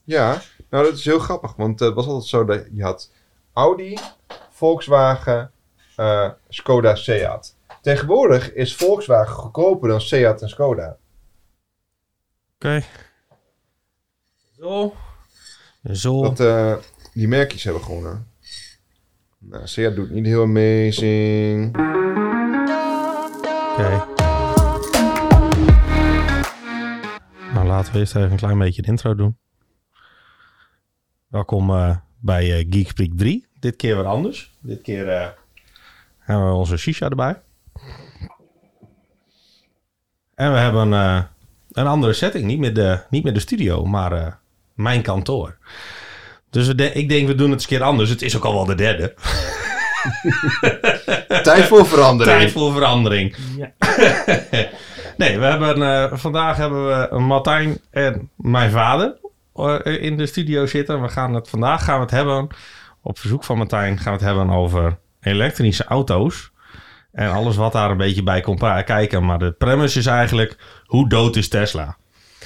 Ja, nou dat is heel grappig, want het was altijd zo dat je had Audi, Volkswagen, Skoda, Seat. Tegenwoordig is Volkswagen goedkoper dan Seat en Skoda. Oké. Zo. Die merkjes hebben gewonnen. Nou, Seat doet niet heel amazing. Oké. Nou, laten we eerst even een klein beetje de intro doen. Welkom bij Geekspeak 3. Dit keer weer anders. Dit keer hebben we onze shisha erbij. En we hebben een andere setting. Niet meer de studio, maar mijn kantoor. Dus ik denk, we doen het eens een keer anders. Het is ook al wel de derde. Tijd voor verandering. Tijd voor verandering. Ja. Nee, vandaag hebben we Martijn en mijn vader in de studio zitten. Vandaag gaan we het hebben, op verzoek van Martijn, gaan we het hebben over elektrische auto's. En alles wat daar een beetje bij komt kijken. Maar de premise is eigenlijk, hoe dood is Tesla?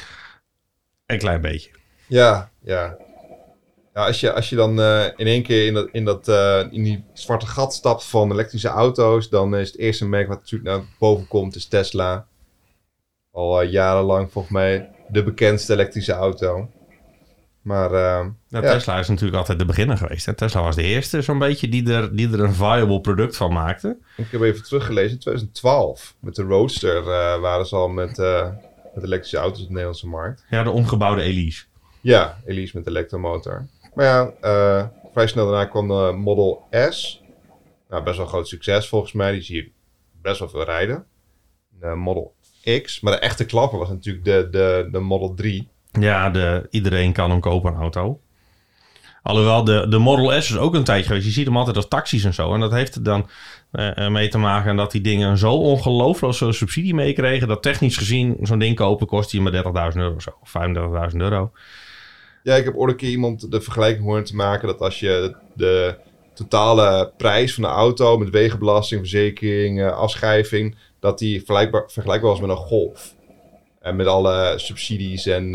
Een klein beetje. Ja. Als je dan in één keer in die zwarte gat stapt van elektrische auto's, dan is het eerste merk wat natuurlijk naar boven komt, is Tesla. Al jarenlang volgens mij de bekendste elektrische auto. Maar Tesla is natuurlijk altijd de beginner geweest. Hè? Tesla was de eerste zo'n beetje die er een viable product van maakte. Ik heb even teruggelezen, in 2012 met de Roadster waren ze al met elektrische auto's op de Nederlandse markt. Ja, de omgebouwde Elise. Ja, Elise met elektromotor. Maar ja, vrij snel daarna kwam de Model S. Nou, best wel een groot succes volgens mij. Die zie je best wel veel rijden. De Model X. Maar de echte klapper was natuurlijk de Model 3. Ja, iedereen kan hem kopen, een auto. Alhoewel, de Model S is ook een tijdje geweest. Je ziet hem altijd als taxis en zo. En dat heeft er dan mee te maken dat die dingen zo ongelooflijk veel subsidie meekregen, dat technisch gezien zo'n ding kopen kost je maar €30.000 of zo. Of €35.000. Ja, ik heb ooit een keer iemand de vergelijking horen te maken dat als je de totale prijs van de auto met wegenbelasting, verzekering, afschrijving, dat die vergelijkbaar was met een Golf. En met alle subsidies en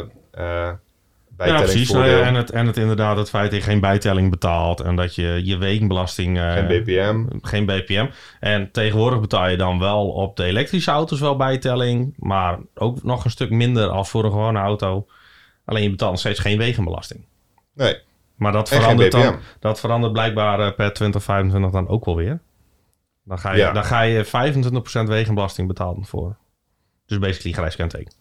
Ja, precies. bijtellingsvoordeel. Nou ja, en het inderdaad het feit dat je geen bijtelling betaalt en dat je wegenbelasting... Geen BPM. Geen BPM. En tegenwoordig betaal je dan wel op de elektrische auto's wel bijtelling, maar ook nog een stuk minder als voor een gewone auto. Alleen je betaalt nog steeds geen wegenbelasting. Nee. Maar dat En verandert, geen BPM. dat verandert blijkbaar per 2025 dan ook wel weer. Dan ga je 25% wegenbelasting betalen voor. Dus basically grijs kenteken.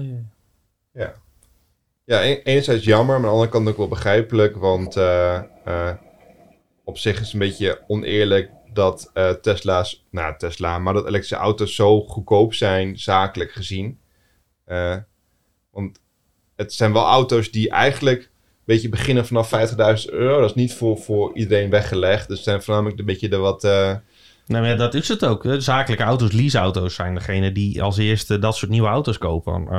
Ja, enerzijds jammer, maar aan de andere kant ook wel begrijpelijk. Want op zich is het een beetje oneerlijk dat maar dat elektrische auto's zo goedkoop zijn, zakelijk gezien. Want het zijn wel auto's die eigenlijk een beetje beginnen vanaf €50.000. Dat is niet voor iedereen weggelegd. Dus het zijn voornamelijk een beetje de wat... Nou ja, dat is het ook. De zakelijke auto's, leaseauto's zijn degene die als eerste dat soort nieuwe auto's kopen.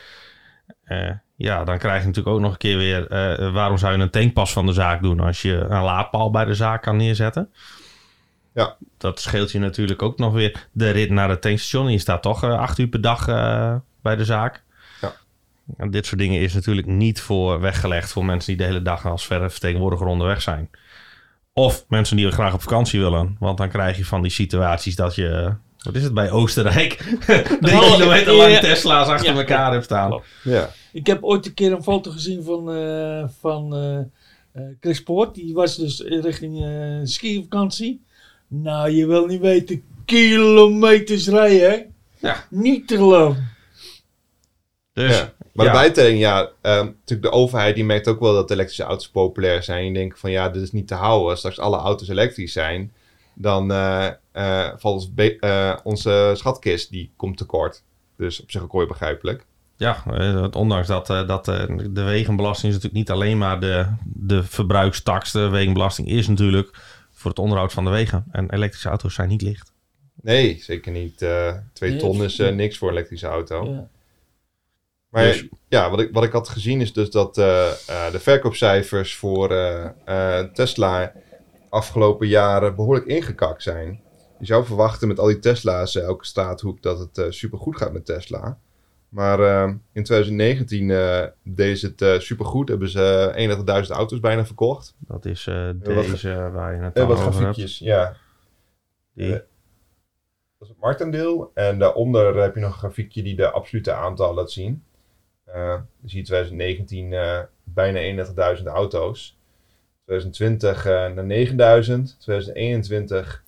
Dan krijg je natuurlijk ook nog een keer weer... waarom zou je een tankpas van de zaak doen als je een laadpaal bij de zaak kan neerzetten? Ja. Dat scheelt je natuurlijk ook nog weer de rit naar het tankstation. Je staat toch 8 uur per dag bij de zaak. Ja. En dit soort dingen is natuurlijk niet voor weggelegd voor mensen die de hele dag als vertegenwoordiger onderweg zijn. Of mensen die graag op vakantie willen. Want dan krijg je van die situaties dat je... Wat is het bij Oostenrijk? 3 kilometer lang Tesla's achter elkaar hebt staan. Ja. Ik heb ooit een keer een foto gezien van Chris Poort. Die was dus richting skivakantie. Nou, je wil niet weten. Kilometers rijden, hè? Ja. Niet te geloven. Dus, Ja. Maar de bijtelling, natuurlijk de overheid die merkt ook wel dat elektrische auto's populair zijn. Je denkt van dit is niet te houden. Als straks alle auto's elektrisch zijn, dan valt onze schatkist, die komt tekort. Dus op zich ook weer begrijpelijk. Ja, ondanks dat de wegenbelasting is natuurlijk niet alleen maar de verbruikstaks. De wegenbelasting is natuurlijk voor het onderhoud van de wegen. En elektrische auto's zijn niet licht. Nee, zeker niet. 2 ton is niks voor een elektrische auto. Ja. Maar Dus- wat ik had gezien is dus dat de verkoopcijfers voor Tesla afgelopen jaren behoorlijk ingekakt zijn. Je zou verwachten met al die Tesla's elke straathoek dat het supergoed gaat met Tesla. Maar in 2019 deden ze het supergoed. Hebben ze 31.000 auto's bijna verkocht. Dat is wat deze waar je het Wat over hebt. grafiekjes, ja. Die. Dat is het marktendeel. En daaronder heb je nog een grafiekje die de absolute aantallen laat zien. Dan zie je 2019 bijna 31.000 auto's. 2020 naar 9.000. 2021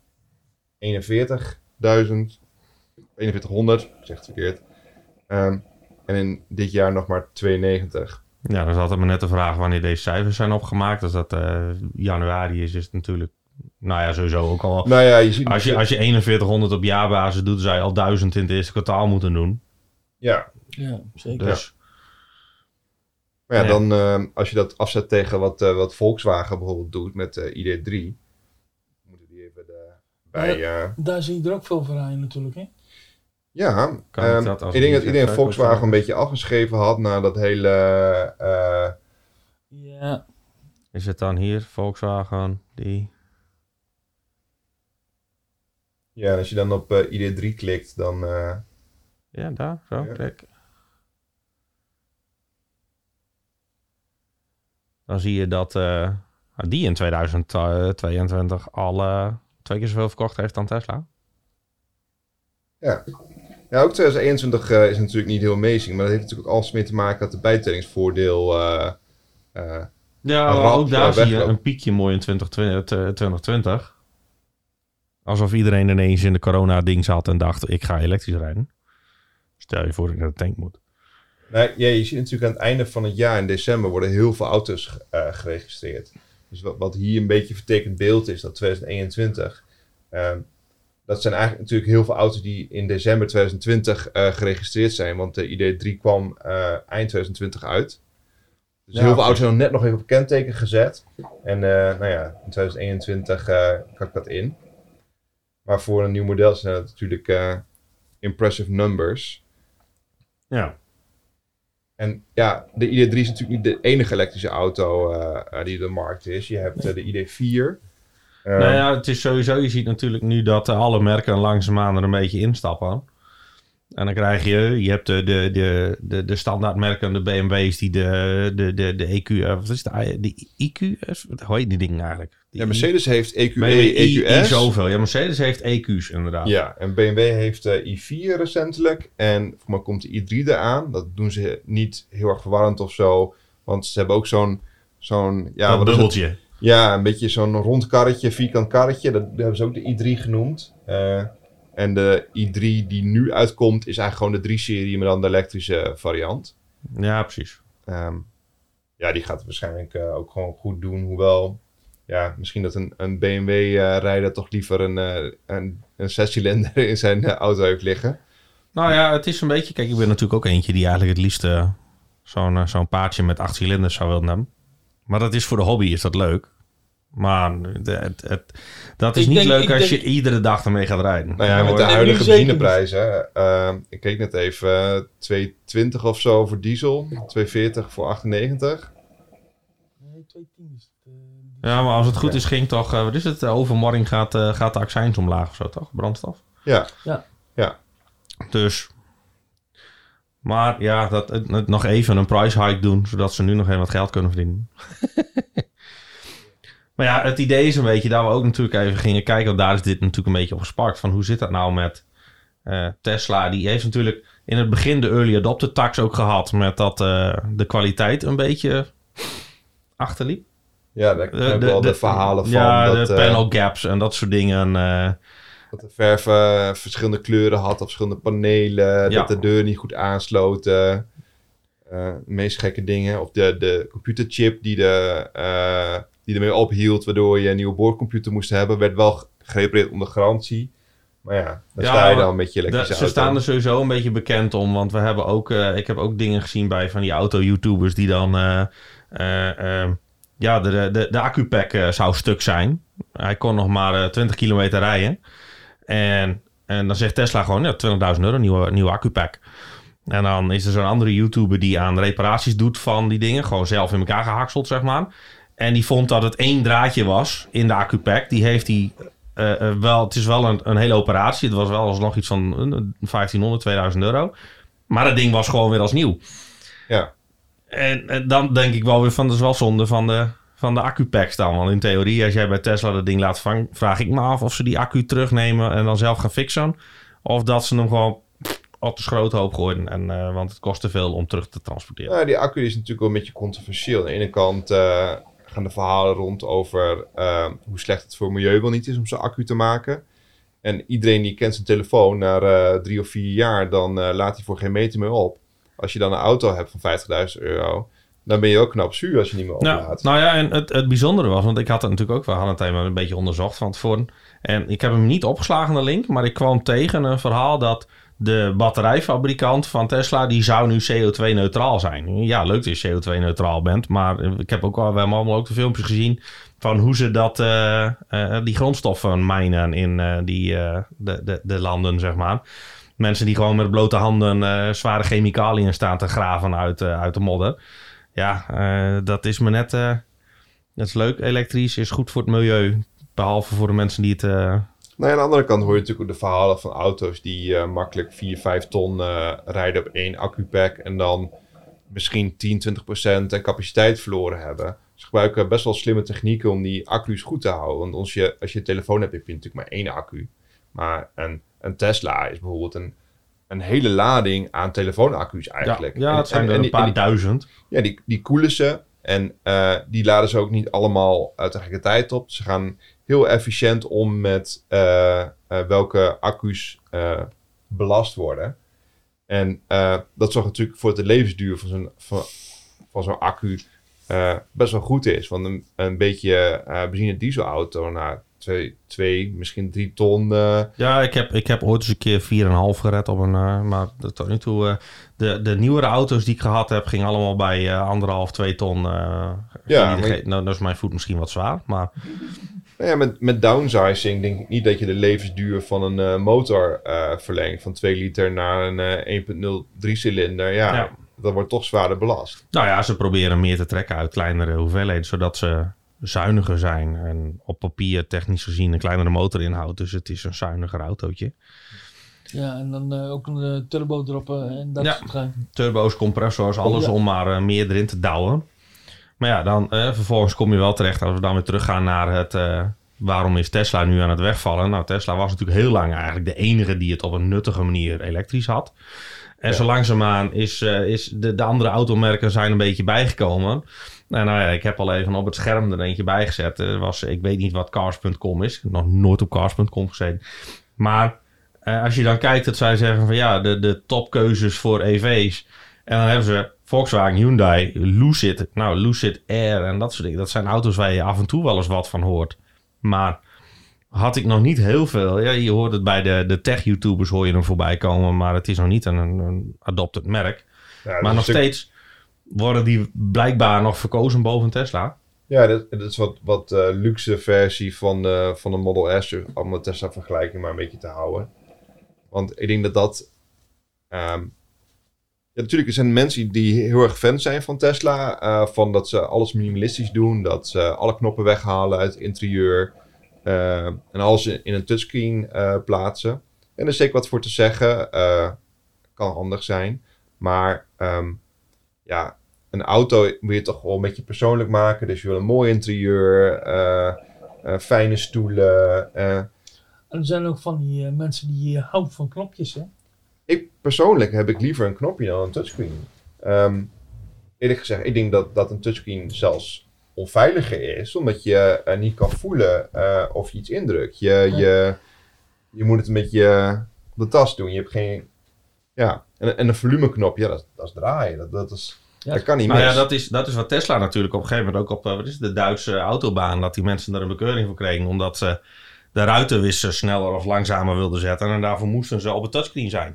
41.000. 4100, ik zeg het verkeerd. En in dit jaar nog maar 92. Ja, dan zat het me net de vraag wanneer deze cijfers zijn opgemaakt. Als dat januari is het natuurlijk... Nou ja, sowieso ook al... Nou ja, je ziet Als je 4100 op jaarbasis doet, zou je al 1000 in het eerste kwartaal moeten doen. Ja. Ja, zeker. Dus... Maar ja, Ja. dan als je dat afzet tegen wat Volkswagen bijvoorbeeld doet met ID3. Moeten die even bij... Daar zie je er ook veel voor aan natuurlijk, hè? Ja, Kan ik dat als ik denk dat niet iedereen even Volkswagen kort een beetje afgeschreven had na dat hele... Ja. Is het dan hier, Volkswagen, die... Ja, en als je dan op ID3 klikt, dan... Ja, daar, zo, Ja. klik. Dan zie je dat die in 2022 al 2 keer zoveel verkocht heeft dan Tesla. Ja, ook 2021 is natuurlijk niet heel amazing, maar dat heeft natuurlijk ook alles mee te maken dat de bijtellingsvoordeel... Ja, Een maar ramp, ook daar zie je wegloopt. een piekje mooi in 2020. Alsof iedereen ineens in de corona-ding zat en dacht, ik ga elektrisch rijden. Stel je voor dat ik naar de tank moet. Nou, ja, je ziet natuurlijk aan het einde van het jaar, in december, worden heel veel auto's geregistreerd. Dus wat hier een beetje vertekend beeld is, dat 2021... dat zijn eigenlijk natuurlijk heel veel auto's die in december 2020 geregistreerd zijn. Want de ID3 kwam eind 2020 uit. Dus Ja, heel veel precies. auto's zijn nog net nog even op kenteken gezet. En nou ja, in 2021 kan ik dat in. Maar voor een nieuw model zijn dat natuurlijk impressive numbers. Ja. En ja, de ID3 is natuurlijk niet de enige elektrische auto die op de markt is. Je hebt de ID4. Nou ja, het is sowieso, je ziet natuurlijk nu dat alle merken langzaamaan er een beetje instappen. En dan krijg je hebt de standaardmerken, de BMW's die de EQ, wat is het, de IQ, wat hoe heet die ding eigenlijk? Ja, Mercedes heeft EQE, BMW EQS. zoveel. Ja, Mercedes heeft EQ's inderdaad. Ja, en BMW heeft i4 recentelijk. En voor mij komt de i3 eraan. Dat doen ze niet heel erg verwarrend of zo. Want ze hebben ook zo'n ja, dat wat is het? bubbeltje. Ja, een beetje zo'n rond karretje, vierkant karretje. Dat hebben ze ook de i3 genoemd. En de i3 die nu uitkomt is eigenlijk gewoon de 3-serie, maar dan de elektrische variant. Ja, precies. Ja, die gaat het waarschijnlijk ook gewoon goed doen. Hoewel, ja, misschien dat een BMW-rijder toch liever een 6-cilinder in zijn auto heeft liggen. Nou ja, het is een beetje... Kijk, ik ben natuurlijk ook eentje die eigenlijk het liefst zo'n paardje met 8 cilinders zou willen hebben. Maar dat is voor de hobby, is dat leuk. Maar dat is Ik niet denk- leuk ik als denk- je iedere dag ermee gaat rijden. Nou ja, met de dat huidige nu zeker benzineprijzen. Ik keek net even, 2,20 of zo voor diesel. 2,40 voor 98. Nee, 210 is het. Ja, maar als het goed is, ging toch... wat is het? Overmorgen gaat de accijns omlaag of zo, toch? Brandstof. Ja. Dus... Maar ja, nog even een price hike doen, zodat ze nu nog even wat geld kunnen verdienen. Maar ja, het idee is een beetje dat we ook natuurlijk even gingen kijken, want daar is dit natuurlijk een beetje op gesparkt, van hoe zit dat nou met Tesla? Die heeft natuurlijk in het begin de early adopter tax ook gehad, met dat de kwaliteit een beetje achterliep. Ja, daar hebben we wel de verhalen van. Ja, dat, de panel gaps en dat soort dingen. dat de verf verschillende kleuren had op verschillende panelen. Ja. Dat de deur niet goed aansloten. De meest gekke dingen. Of de computerchip die ermee ophield, waardoor je een nieuwe boordcomputer moest hebben, werd wel gerepareerd onder garantie. Maar ja, dan Ja, sta je maar dan met je elektrische Ze auto. staan er sowieso een beetje bekend om. Want we hebben ook... ik heb ook dingen gezien bij van die auto-YouTubers die dan... de accupack zou stuk zijn. Hij kon nog maar 20 kilometer rijden. En dan zegt Tesla gewoon... Ja, €20.000, nieuwe accupack. En dan is er zo'n andere YouTuber die aan reparaties doet van die dingen. Gewoon zelf in elkaar gehakseld, zeg maar. En die vond dat het 1 draadje was in de accupack. Die heeft hij... wel, het is wel een hele operatie. Het was wel alsnog iets van €1.500, €2.000. Maar dat ding was gewoon weer als nieuw. Ja. En dan denk ik wel weer van, dat is wel zonde van de accupacks dan. Want in theorie, als jij bij Tesla dat ding laat vangen, vraag ik me af of ze die accu terugnemen en dan zelf gaan fixen. Of dat ze hem gewoon op de schroothoop gooien. Want het kost te veel om terug te transporteren. Nou, die accu is natuurlijk wel een beetje controversieel. Aan de ene kant gaan de verhalen rond over hoe slecht het voor milieu wel niet is om zo'n accu te maken. En iedereen die kent zijn telefoon na 3 of 4 jaar, dan laat hij voor geen meter meer op. Als je dan een auto hebt van €50.000, dan ben je ook knap zuur als je niet meer oplaadt. Nou ja, en het bijzondere was, want ik had het natuurlijk ook wel aan het thema een beetje onderzocht van tevoren. En ik heb hem niet opgeslagen, de link, maar ik kwam tegen een verhaal dat de batterijfabrikant van Tesla, die zou nu CO2-neutraal zijn. Ja, leuk dat je CO2-neutraal bent, maar ik heb ook wel, we hebben allemaal ook de filmpjes gezien van hoe ze die grondstoffen minen in de landen, zeg maar. Mensen die gewoon met blote handen zware chemicaliën staan te graven uit de modder. Ja, dat is me net... dat is leuk, elektrisch, is goed voor het milieu. Behalve voor de mensen die het... Nou ja, aan de andere kant hoor je natuurlijk ook de verhalen van auto's die makkelijk 4-5 ton rijden op 1 accupack en dan misschien 10-20% capaciteit verloren hebben. Ze gebruiken best wel slimme technieken om die accu's goed te houden. Want als je een telefoon hebt, heb je natuurlijk maar 1 accu. Maar een Tesla is bijvoorbeeld een hele lading aan telefoonaccu's eigenlijk. Ja, het zijn er een paar duizend. Ja, die koelen ze en die laden ze ook niet allemaal tegelijkertijd op. Ze gaan heel efficiënt om met welke accu's belast worden. En dat zorgt natuurlijk voor dat de levensduur van zo'n accu best wel goed is. Want een beetje benzine-dieselauto na 2, misschien 3 ton. Ja, ik heb ooit eens een keer 4,5 gered op een... maar tot nu toe... de nieuwere auto's die ik gehad heb, gingen allemaal bij 1,5-2 ton. Nou is mijn voet misschien wat zwaar, maar... Nou ja, met downsizing denk ik niet dat je de levensduur van een motor verlengt. Van 2 liter naar een 1.0 3-cilinder. Ja, dat wordt toch zwaarder belast. Nou ja, ze proberen meer te trekken uit kleinere hoeveelheden, zodat ze zuiniger zijn. En op papier technisch gezien een kleinere motor inhoudt. Dus het is een zuiniger autootje. Ja, en dan ook een turbo droppen en dat soort dingen. Turbo's, compressors, alles om maar meer erin te douwen. Maar ja, dan vervolgens kom je wel terecht, als we dan weer teruggaan naar het... waarom is Tesla nu aan het wegvallen? Nou, Tesla was natuurlijk heel lang eigenlijk de enige die het op een nuttige manier elektrisch had. En zo langzaamaan is de andere automerken zijn een beetje bijgekomen. Nou ja, ik heb al even op het scherm er eentje bijgezet. Ik weet niet wat Cars.com is. Ik heb nog nooit op Cars.com gezeten. Maar als je dan kijkt dat zij zeggen van ja, de topkeuzes voor EV's. En dan hebben ze Volkswagen, Hyundai, Lucid Air en dat soort dingen. Dat zijn auto's waar je af en toe wel eens wat van hoort. Maar had ik nog niet heel veel. Ja, je hoort het bij de tech-YouTubers hoor je hem voorbij komen. Maar het is nog niet een adopted merk. Ja, maar nog steeds worden die blijkbaar nog verkozen boven Tesla. Ja, dat is wat luxe versie van de Model S. Om de Tesla vergelijking maar een beetje te houden. Want ik denk dat... Ja, natuurlijk, er zijn mensen die heel erg fan zijn van Tesla. Van dat ze alles minimalistisch doen. Dat ze alle knoppen weghalen uit het interieur. En alles in een touchscreen plaatsen. En er is zeker wat voor te zeggen. Kan handig zijn. Maar een auto moet je toch wel een beetje persoonlijk maken. Dus je wil een mooi interieur. Fijne stoelen. En er zijn ook van die mensen die houden van knopjes, hè? Persoonlijk heb ik liever een knopje dan een touchscreen. Eerlijk gezegd, ik denk dat een touchscreen zelfs onveiliger is. Omdat je niet kan voelen of je iets indrukt. Je moet het een beetje op de tas doen. Je hebt geen... Ja, en een volumeknop, ja, dat is draaien. Dat kan niet mis. Ja, dat is wat Tesla natuurlijk op een gegeven moment ook op de Duitse autobaan, dat die mensen er een bekeuring voor kregen, omdat ze de ruitenwisser sneller of langzamer wilden zetten. En daarvoor moesten ze op het touchscreen zijn.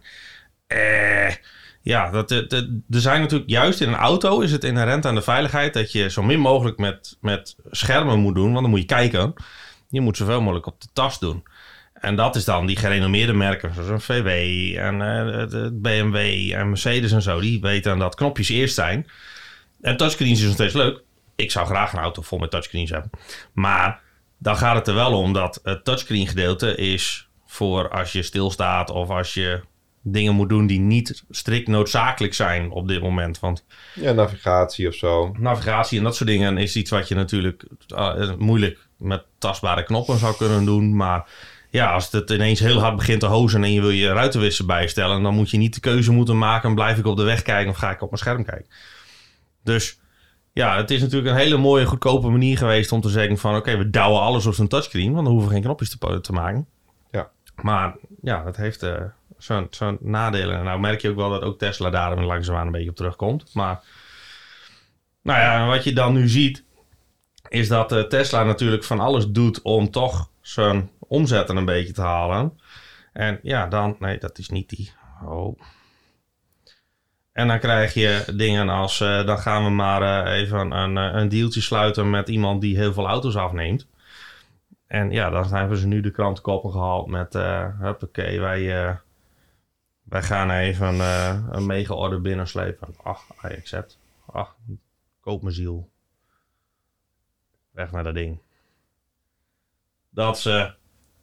Er zijn natuurlijk, juist in een auto is het inherent aan de veiligheid dat je zo min mogelijk met schermen moet doen, want dan moet je kijken. Je moet zoveel mogelijk op de tas doen. En dat is dan die gerenommeerde merken, zoals een VW en BMW en Mercedes en zo. Die weten dat knopjes eerst zijn. En touchscreens is nog steeds leuk. Ik zou graag een auto vol met touchscreens hebben. Maar dan gaat het er wel om dat het touchscreen gedeelte is voor als je stilstaat of als je dingen moet doen die niet strikt noodzakelijk zijn op dit moment. Want Ja, navigatie of zo. navigatie en dat soort dingen is iets wat je natuurlijk moeilijk met tastbare knoppen zou kunnen doen. Maar ja, als het ineens heel hard begint te hozen en je wil je ruitenwisser bijstellen, dan moet je niet de keuze moeten maken, blijf ik op de weg kijken of ga ik op mijn scherm kijken. Dus ja, het is natuurlijk een hele mooie, goedkope manier geweest om te zeggen van oké, we douwen alles op zo'n touchscreen, want dan hoeven we geen knopjes te maken. Ja. Maar ja, dat heeft zo'n nadelen. En nou merk je ook wel dat ook Tesla daar langzaamaan een beetje op terugkomt. Maar nou ja, wat je dan nu ziet, is dat Tesla natuurlijk van alles doet om toch zijn omzetten een beetje te halen. En ja, dan... Nee, dat is niet die. Oh. En dan krijg je dingen als... dan gaan we maar even een dealtje sluiten met iemand die heel veel auto's afneemt. En ja, dan hebben ze nu de krantenkoppen gehaald met... Huppakee, wij gaan even een mega-order binnenslepen. Ach, I accept. Ach, koop mijn ziel. Weg naar dat ding. Dat ze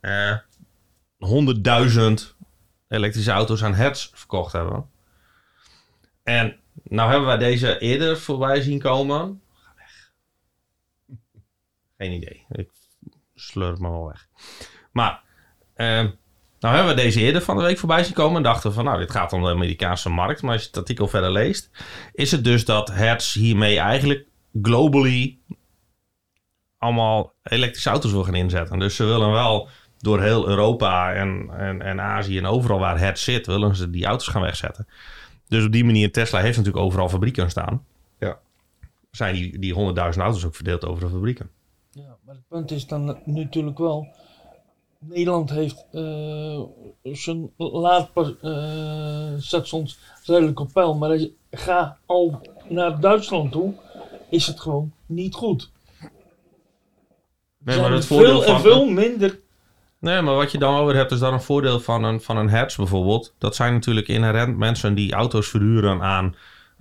100.000 elektrische auto's aan Hertz verkocht hebben. En nou hebben wij deze eerder voorbij zien komen. Ga weg. Geen idee. Ik slurp me wel weg. Maar nou hebben we deze eerder van de week voorbij zien komen en dachten van nou, dit gaat om de Amerikaanse markt. Maar als je het artikel verder leest, is het dus dat Hertz hiermee eigenlijk globally allemaal elektrische auto's wil gaan inzetten. Dus ze willen wel door heel Europa en Azië en overal waar Hertz zit, willen ze die auto's gaan wegzetten. Dus op die manier, Tesla heeft natuurlijk overal fabrieken staan. Ja. Zijn die 100.000 auto's ook verdeeld over de fabrieken. Ja, maar het punt is dan natuurlijk wel... Nederland heeft zijn laadstations redelijk op peil. Maar als je gaat al naar Duitsland toe, is het gewoon niet goed. Nee, maar het voordeel van... veel minder. Nee, maar wat je dan over hebt is dan een voordeel van een Hertz bijvoorbeeld. Dat zijn natuurlijk inherent mensen die auto's verhuren aan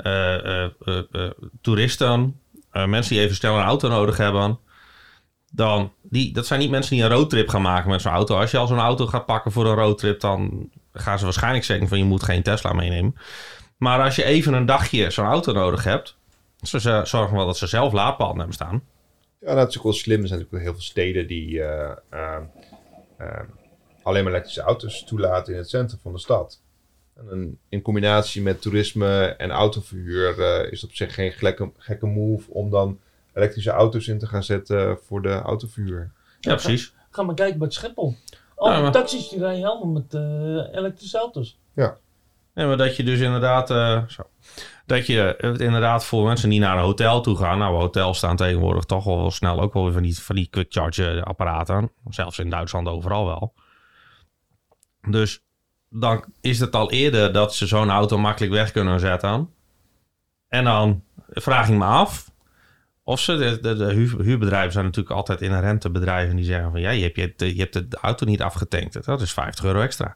toeristen. Mensen die even snel een auto nodig hebben. Dat zijn niet mensen die een roadtrip gaan maken met zo'n auto. Als je al zo'n auto gaat pakken voor een roadtrip, dan gaan ze waarschijnlijk zeggen van je moet geen Tesla meenemen. Maar als je even een dagje zo'n auto nodig hebt, ze zorgen wel dat ze zelf laadpalen hebben staan. Ja, dat is ook wel slim. Er zijn natuurlijk heel veel steden die alleen maar elektrische auto's toelaten in het centrum van de stad. En in combinatie met toerisme en autoverhuur is het op zich geen gekke move om dan elektrische auto's in te gaan zetten voor de autoverhuur. Ja, precies. Ga maar kijken bij Schiphol. Alle taxis die rijden allemaal met elektrische auto's. Ja. Ja, maar dat je dus inderdaad... dat je het inderdaad voor mensen die naar een hotel toe gaan... Nou, hotels staan tegenwoordig toch wel snel ook wel weer van die quick charge apparaten. Zelfs in Duitsland overal wel. Dus dan is het al eerder dat ze zo'n auto makkelijk weg kunnen zetten. En dan vraag ik me af... Of ze, de huurbedrijven zijn natuurlijk altijd inherente bedrijven die zeggen van... Ja, je hebt de auto niet afgetankt. Dat is €50 extra.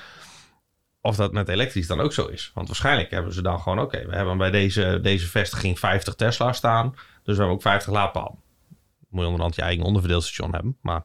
Of dat met elektrisch dan ook zo is. Want waarschijnlijk hebben ze dan gewoon... Oké, we hebben bij deze vestiging 50 Tesla's staan. Dus we hebben ook 50 laadpalen. Moet je onderhand je eigen onderverdeelstation hebben. Maar...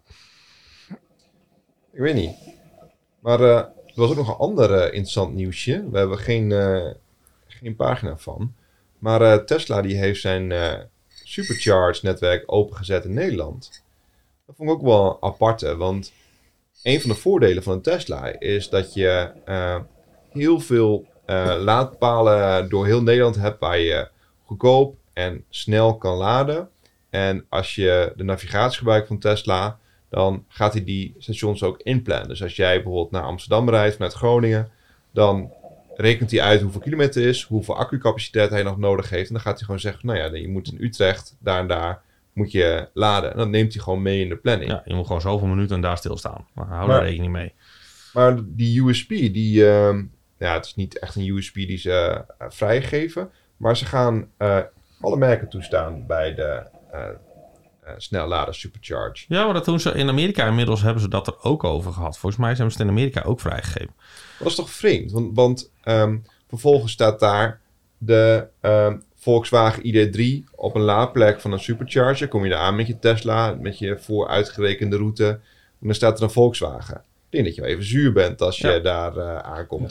Ik weet niet. Maar er was ook nog een ander interessant nieuwsje. We hebben geen pagina van. Maar Tesla die heeft zijn... Supercharge-netwerk opengezet in Nederland. Dat vond ik ook wel een aparte, want een van de voordelen van een Tesla is dat je heel veel laadpalen door heel Nederland hebt waar je goedkoop en snel kan laden. En als je de navigatie gebruikt van Tesla, dan gaat hij die stations ook inplannen. Dus als jij bijvoorbeeld naar Amsterdam rijdt vanuit Groningen, dan rekent hij uit hoeveel kilometer is, hoeveel accucapaciteit hij nog nodig heeft. En dan gaat hij gewoon zeggen, nou ja, je moet in Utrecht, daar en daar, moet je laden. En dan neemt hij gewoon mee in de planning. Ja, je moet gewoon zoveel minuten daar stilstaan. Maar hou daar rekening mee. Maar die USP, het is niet echt een USP die ze vrijgeven. Maar ze gaan alle merken toestaan bij de snellader Supercharge. Ja, maar dat doen ze in Amerika inmiddels, hebben ze dat er ook over gehad. Volgens mij hebben ze het in Amerika ook vrijgegeven. Dat is toch vreemd? Want vervolgens staat daar de Volkswagen ID3 op een laadplek van een Supercharger. Kom je daar aan met je Tesla, met je vooruitgerekende route. En dan staat er een Volkswagen. Ik denk dat je wel even zuur bent als je daar aankomt dan.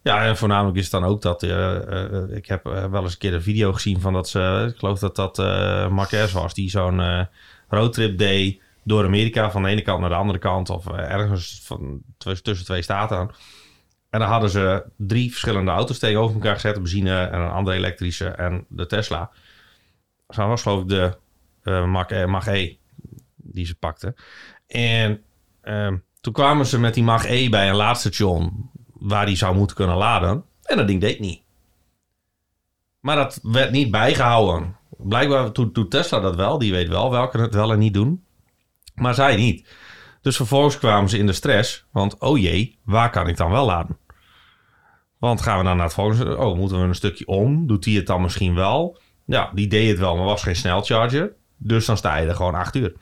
Ja, en voornamelijk is het dan ook dat... ik heb wel eens een keer een video gezien van dat ze... Ik geloof dat Marquez was, die zo'n roadtrip deed door Amerika... van de ene kant naar de andere kant... of ergens tussen 2 staten aan. En dan hadden ze 3 verschillende auto's tegenover elkaar gezet. Een benzine en een andere elektrische en de Tesla. Zo was geloof ik de Mach E die ze pakten. En toen kwamen ze met die Mach E bij een laadstation... waar die zou moeten kunnen laden. En dat ding deed niet. Maar dat werd niet bijgehouden. Blijkbaar doet Tesla dat wel. Die weet wel welke het wel en niet doen. Maar zij niet. Dus vervolgens kwamen ze in de stress. Want oh jee, waar kan ik dan wel laden? Want gaan we dan naar het volgende... Oh, moeten we een stukje om? Doet die het dan misschien wel? Ja, die deed het wel, maar was geen snelcharger. Dus dan sta je er gewoon 8 uur.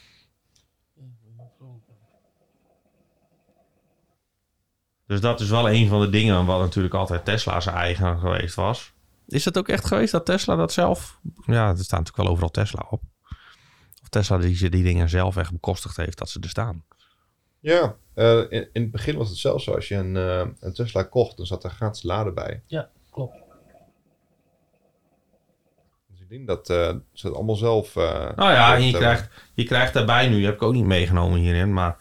Dus dat is wel een van de dingen wat natuurlijk altijd Tesla zijn eigen geweest was. Is het ook echt geweest dat Tesla dat zelf... Ja, er staat natuurlijk wel overal Tesla op. Of Tesla die dingen zelf echt bekostigd heeft dat ze er staan. Ja, in het begin was het zelfs zo. Als je een Tesla kocht, dan zat er gratis laden bij. Ja, klopt. Dus ik denk dat ze het allemaal zelf... Nou ja, en je krijgt daarbij nu... heb ik ook niet meegenomen hierin, maar...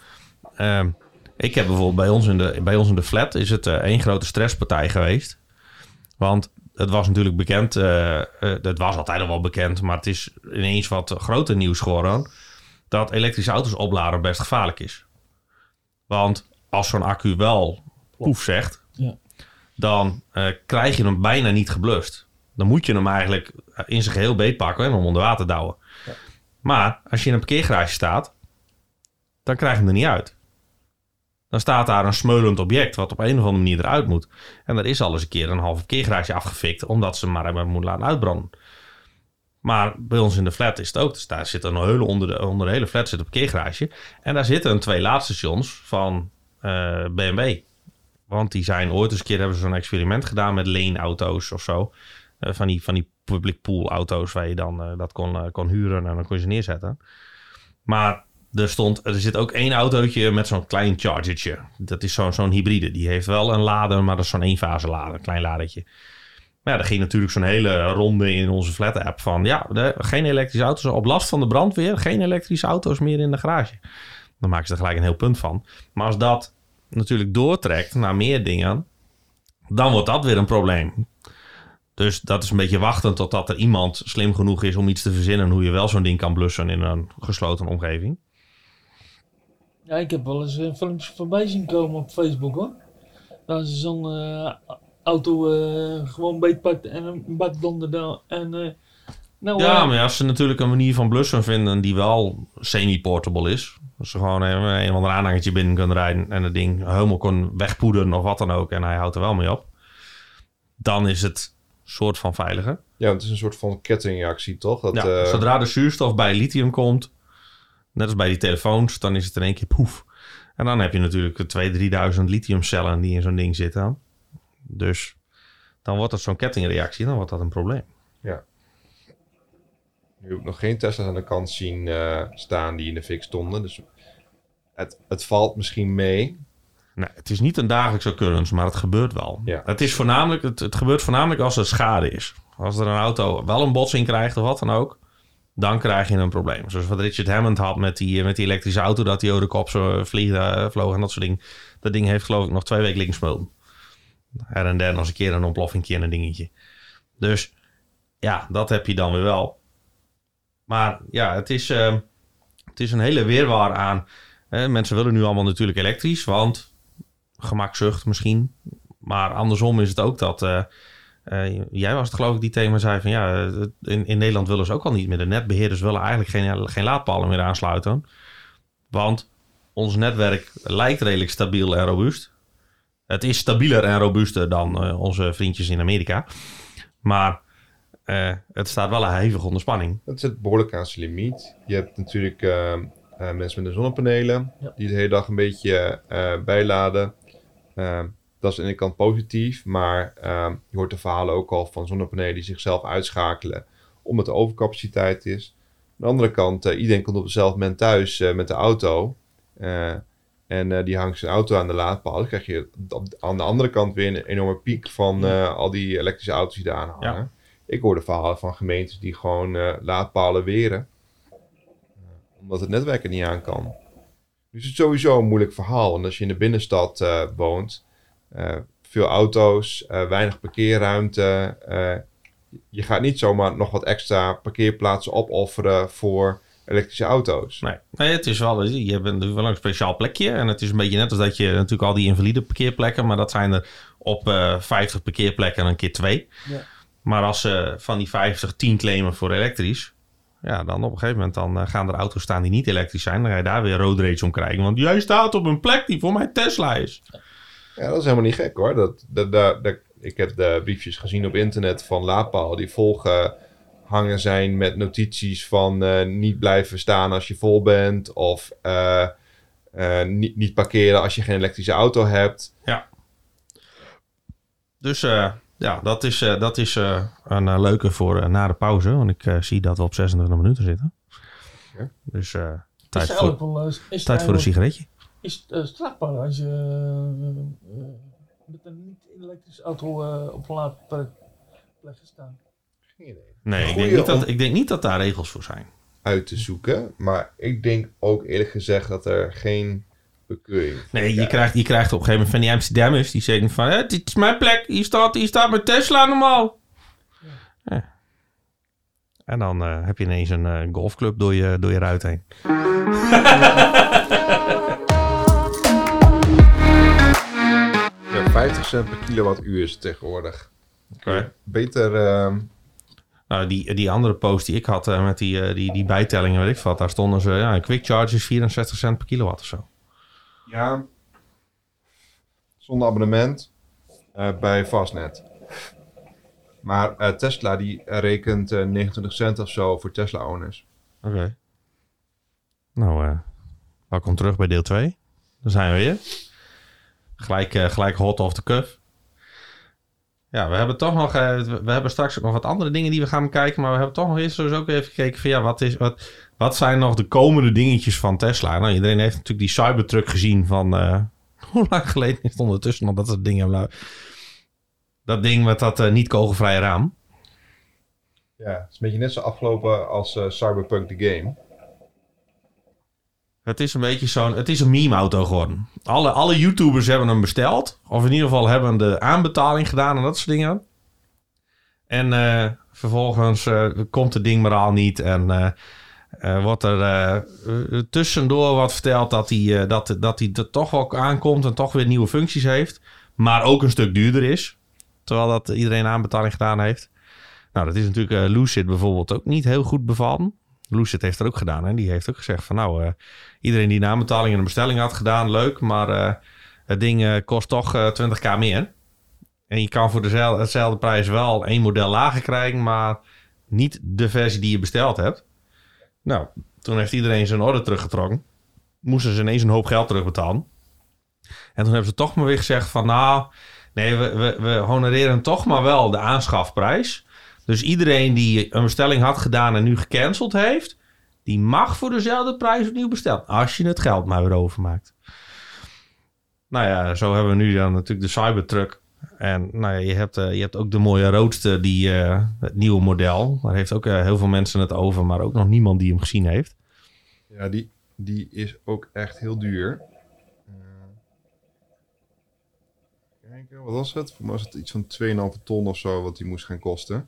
ik heb bijvoorbeeld bij ons in de flat... is het één grote stresspartij geweest. Want het was natuurlijk bekend... het was altijd al wel bekend... maar het is ineens wat groter nieuws geworden... dat elektrische auto's opladen best gevaarlijk is. Want als zo'n accu wel poef zegt... Ja. dan krijg je hem bijna niet geblust. Dan moet je hem eigenlijk in zijn geheel beetpakken... en hem onder water douwen. Ja. Maar als je in een parkeergarage staat... dan krijg je hem er niet uit. Dan staat daar een smeulend object... wat op een of andere manier eruit moet. En er is al eens een keer een halve parkeergarage afgefikt... omdat ze hem maar hebben moeten laten uitbranden. Maar bij ons in de flat is het ook. Dus daar zit een heulen onder de hele flat zit een parkeergarage. En daar zitten 2 laadstations van BMW. Want die zijn ooit eens een keer... hebben ze zo'n experiment gedaan met leenauto's of zo. Van die public pool auto's... waar je dan dat kon huren en dan kon je ze neerzetten. Maar... Er zit ook 1 autootje met zo'n klein chargertje. Dat is zo'n hybride. Die heeft wel een lader, maar dat is zo'n 1-fase lader. Een klein ladertje. Maar ja, daar ging natuurlijk zo'n hele ronde in onze flat-app van... ja, geen elektrische auto's. Op last van de brandweer, geen elektrische auto's meer in de garage. Dan maken ze er gelijk een heel punt van. Maar als dat natuurlijk doortrekt naar meer dingen... dan wordt dat weer een probleem. Dus dat is een beetje wachten totdat er iemand slim genoeg is... om iets te verzinnen hoe je wel zo'n ding kan blussen in een gesloten omgeving. Ja, ik heb wel eens filmpjes voorbij zien komen op Facebook, hoor. Dat ze zo'n auto gewoon beetpakt en een bak donderde. Maar als ze natuurlijk een manier van blussen vinden die wel semi-portable is. Als ze gewoon een of ander aanhangertje binnen kunnen rijden en het ding helemaal kon wegpoederen of wat dan ook. En hij houdt er wel mee op. Dan is het soort van veiliger. Ja, het is een soort van kettingreactie, toch? Zodra de zuurstof bij lithium komt... Net als bij die telefoons, dan is het in één keer poef. En dan heb je natuurlijk 2.000-3.000 lithiumcellen die in zo'n ding zitten. Dus dan wordt dat zo'n kettingreactie, dan wordt dat een probleem. Ja. Nu heb ik nog geen Tesla's aan de kant zien staan die in de fik stonden. Dus het valt misschien mee. Nee, het is niet een dagelijkse occurrence, maar het gebeurt wel. Ja. Het gebeurt voornamelijk als er schade is. Als er een auto wel een botsing krijgt of wat dan ook... dan krijg je een probleem. Zoals wat Richard Hammond had met die elektrische auto... dat die over de kop zo vloog en dat soort dingen. Dat ding heeft geloof ik nog 2 weken liggen smulden. Her en der nog eens een keer een ontploffingje en een dingetje. Dus ja, dat heb je dan weer wel. Maar ja, het is een hele weerwaar aan... mensen willen nu allemaal natuurlijk elektrisch... want gemakzucht misschien. Maar andersom is het ook dat... jij was het geloof ik die thema zei van ja, in Nederland willen ze ook al niet meer. De netbeheerders willen eigenlijk geen laadpalen meer aansluiten. Want ons netwerk lijkt redelijk stabiel en robuust. Het is stabieler en robuuster dan onze vriendjes in Amerika. Maar het staat wel hevig onder spanning. Het zit behoorlijk aan zijn limiet. Je hebt natuurlijk mensen met de zonnepanelen die de hele dag een beetje bijladen. Dat is aan de ene kant positief, maar je hoort de verhalen ook al van zonnepanelen die zichzelf uitschakelen omdat er overcapaciteit is. Aan de andere kant, iedereen komt op hetzelfde moment thuis met de auto. en die hangt zijn auto aan de laadpaal, dan krijg je aan de andere kant weer een enorme piek van al die elektrische auto's die daar aan hangen. Ja. Ik hoorde verhalen van gemeentes die gewoon laadpalen weren, omdat het netwerk er niet aan kan. Dus het is sowieso een moeilijk verhaal. En als je in de binnenstad woont, veel auto's, weinig parkeerruimte. Je gaat niet zomaar nog wat extra parkeerplaatsen opofferen voor elektrische auto's. Nee, het is wel, je hebt natuurlijk wel een speciaal plekje. En het is een beetje net als dat je natuurlijk al die invalide parkeerplekken, maar dat zijn er op 50 parkeerplekken een keer 2. Ja. Maar als ze van die 50 10 claimen voor elektrisch, ja, dan op een gegeven moment dan gaan er auto's staan die niet elektrisch zijn. Dan ga je daar weer road rage om krijgen. Want jij staat op een plek die voor mij Tesla is. Ja, dat is helemaal niet gek hoor. Ik heb de briefjes gezien op internet van laadpalen die volgehangen zijn met notities van niet blijven staan als je vol bent. Of niet parkeren als je geen elektrische auto hebt. Ja. Dus ja, dat is een leuke voor na de pauze. Want ik zie dat we op 26 minuten zitten. Ja. Dus Is tijd voor een sigaretje. Is het strafbaar als je met een niet-elektrische auto op een laadplek gaat staan? Geen idee. Nee, ik denk niet dat daar regels voor zijn. Uit te zoeken. Maar ik denk ook eerlijk gezegd dat er geen bekeuring is. Nee, je krijgt op een gegeven moment van die Amsterdammers die zeggen van, dit is mijn plek, hier staat mijn Tesla normaal. Ja. En dan heb je ineens een golfclub door je ruit heen. Ja, 50 cent per kilowattuur is het tegenwoordig. Okay. Beter... Nou, die andere post die ik had met die bijtellingen, weet ik wat, daar stonden ze, een quick charge is 64 cent per kilowatt of zo. Ja, zonder abonnement bij Fastnet. Maar Tesla die rekent 29 cent of zo voor Tesla-owners. Oké. Nou, welkom terug bij deel 2. Daar zijn we weer. Gelijk hot off the cuff. Ja, we hebben toch nog... we hebben straks ook nog wat andere dingen die we gaan bekijken. Maar we hebben toch nog eerst dus ook even gekeken van... Ja, wat zijn nog de komende dingetjes van Tesla? Nou, iedereen heeft natuurlijk die Cybertruck gezien van... hoe lang geleden is het ondertussen nog dat soort dingen... Dat ding met dat niet kogelvrije raam. Ja, het is een beetje net zo afgelopen als Cyberpunk the Game. Het is een beetje het is een meme-auto geworden. Alle YouTubers hebben hem besteld. Of in ieder geval hebben de aanbetaling gedaan en dat soort dingen. En vervolgens komt het ding maar al niet. En wordt er tussendoor wat verteld dat hij er toch wel aankomt en toch weer nieuwe functies heeft. Maar ook een stuk duurder is. Terwijl dat iedereen aanbetaling gedaan heeft. Nou, dat is natuurlijk Lucid bijvoorbeeld ook niet heel goed bevallen. Lucid heeft er ook gedaan. En die heeft ook gezegd van iedereen die een aanbetaling en een bestelling had gedaan, leuk. Maar het ding kost toch 20k meer. En je kan voor hetzelfde prijs wel 1 model lager krijgen, maar niet de versie die je besteld hebt. Nou, toen heeft iedereen zijn order teruggetrokken. Moesten ze ineens een hoop geld terugbetalen. En toen hebben ze toch maar weer gezegd van nee, we honoreren toch maar wel de aanschafprijs. Dus iedereen die een bestelling had gedaan en nu gecanceld heeft, die mag voor dezelfde prijs opnieuw bestellen. Als je het geld maar weer overmaakt. Nou ja, zo hebben we nu dan natuurlijk de Cybertruck. En nou ja, je hebt ook de mooie Roadster, het nieuwe model. Daar heeft ook heel veel mensen het over, maar ook nog niemand die hem gezien heeft. Ja, die is ook echt heel duur. Kijken, wat was het? Voor mij was het iets van 2,5 ton of zo wat die moest gaan kosten.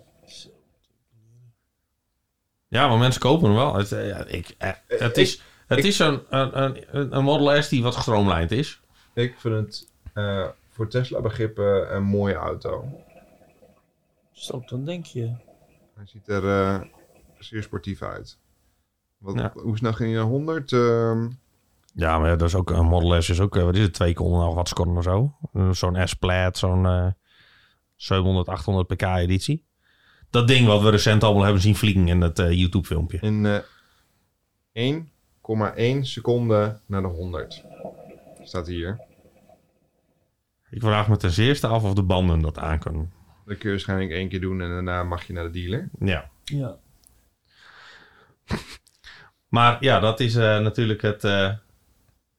Ja, maar mensen kopen hem wel. Het is een Model S die wat gestroomlijnd is. Ik vind het voor Tesla begrippen een mooie auto. Zo, dan denk je. Hij ziet er zeer sportief uit. Hoe snel ging hij naar 100? Ja, maar dat is ook een Model S. Is ook, wat is het, 2 nog wat seconden of zo. Zo'n S-Plaid, zo'n 700, 800 pk editie. Dat ding wat we recent allemaal hebben zien vliegen in dat YouTube-filmpje. In 1,1 seconde naar de 100. Staat hier. Ik vraag me ten zeerste af of de banden dat aankunnen. Dat kun je waarschijnlijk 1 keer doen en daarna mag je naar de dealer. Ja. Ja. Maar ja, dat is natuurlijk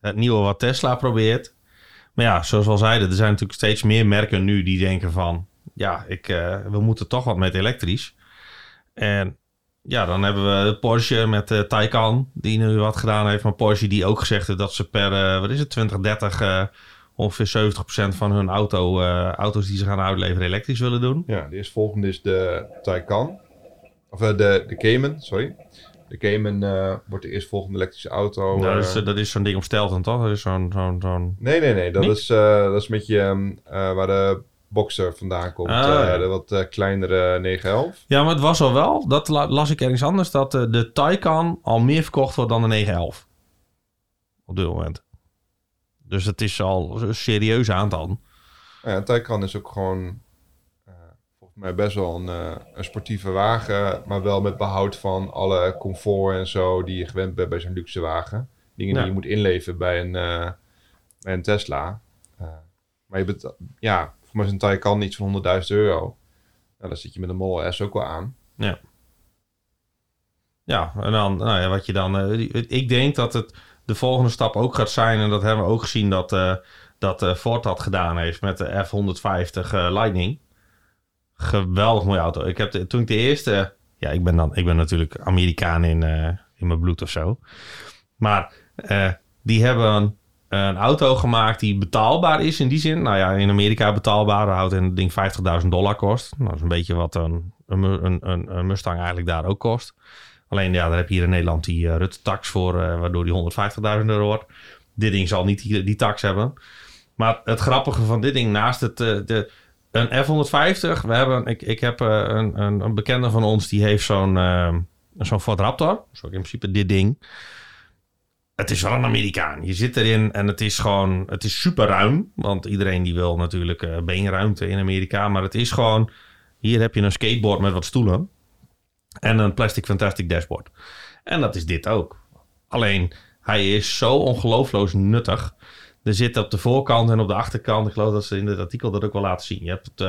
het nieuwe wat Tesla probeert. Maar ja, zoals we al zeiden, er zijn natuurlijk steeds meer merken nu die denken van... Ja, we moeten toch wat met elektrisch. En ja, dan hebben we Porsche met Taycan, die nu wat gedaan heeft. Maar Porsche die ook gezegd heeft dat ze per, 2030... ongeveer 70% van hun auto's die ze gaan uitleveren elektrisch willen doen. Ja, de eerstvolgende is de Taycan. Of de Cayman, sorry. De Cayman wordt de eerstvolgende elektrische auto. Dat is zo'n ding op stelten, toch? Dat is zo'n... Nee. Dat is met je waar de Boxer vandaan komt. De wat kleinere 911. Ja, maar het was al wel, dat las ik ergens anders, dat de Taycan al meer verkocht wordt dan de 911. Op dit moment. Dus het is al een serieus aantal. Ja, een Taycan is ook gewoon volgens mij best wel een sportieve wagen, maar wel met behoud van alle comfort en zo die je gewend bent bij zo'n luxe wagen. Dingen die je moet inleveren bij een Tesla. Maar je bent, voor mij is een Taycan iets van €100.000. Nou, dan zit je met een Model S ook wel aan. Ja. Ja, en dan, wat je dan... ik denk dat het de volgende stap ook gaat zijn, en dat hebben we ook gezien dat Ford dat gedaan heeft met de F-150 Lightning. Geweldig mooie auto. Toen ik de eerste... Ja, ik ben natuurlijk Amerikaan in mijn bloed of zo. Maar die hebben een auto gemaakt die betaalbaar is in die zin. Nou ja, in Amerika betaalbaar. Houdt een ding $50.000 kost. Nou, dat is een beetje wat een Mustang eigenlijk daar ook kost. Alleen ja, daar heb je hier in Nederland die Rutte-tax voor, waardoor die €150.000 wordt. Dit ding zal niet die tax hebben. Maar het grappige van dit ding, naast een F-150, ik heb een bekende van ons, die heeft zo'n Ford Raptor. Zo in principe dit ding. Het is wel een Amerikaan. Je zit erin en het is super ruim. Want iedereen die wil natuurlijk beenruimte in Amerika. Maar het is gewoon, hier heb je een skateboard met wat stoelen. En een Plastic Fantastic dashboard. En dat is dit ook. Alleen, hij is zo ongelooflijk nuttig. Er zit op de voorkant en op de achterkant, ik geloof dat ze in het artikel dat ook wel laten zien. Je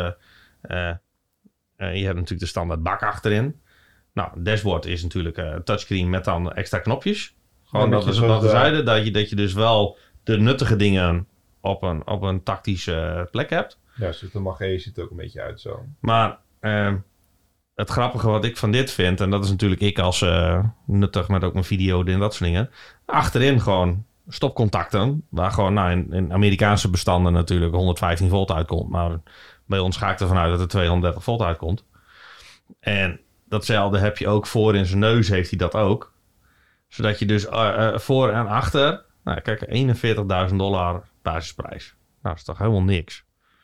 hebt natuurlijk de standaard bak achterin. Nou, het dashboard is natuurlijk een touchscreen met dan extra knopjes. Gewoon dat we zeiden, dat je dus wel de nuttige dingen op een tactische plek hebt. Ja, de magee ziet er ook een beetje uit zo. Maar het grappige wat ik van dit vind, en dat is natuurlijk ik als nuttig met ook mijn video en dat soort dingen. Achterin gewoon stopcontacten, waar gewoon in Amerikaanse bestanden natuurlijk 115 volt uitkomt. Maar bij ons ga ik ervan uit dat er 230 volt uitkomt. En datzelfde heb je ook voor in zijn neus, heeft hij dat ook. Zodat je dus voor en achter, nou kijk, $41.000 basisprijs. Nou, dat is toch helemaal niks.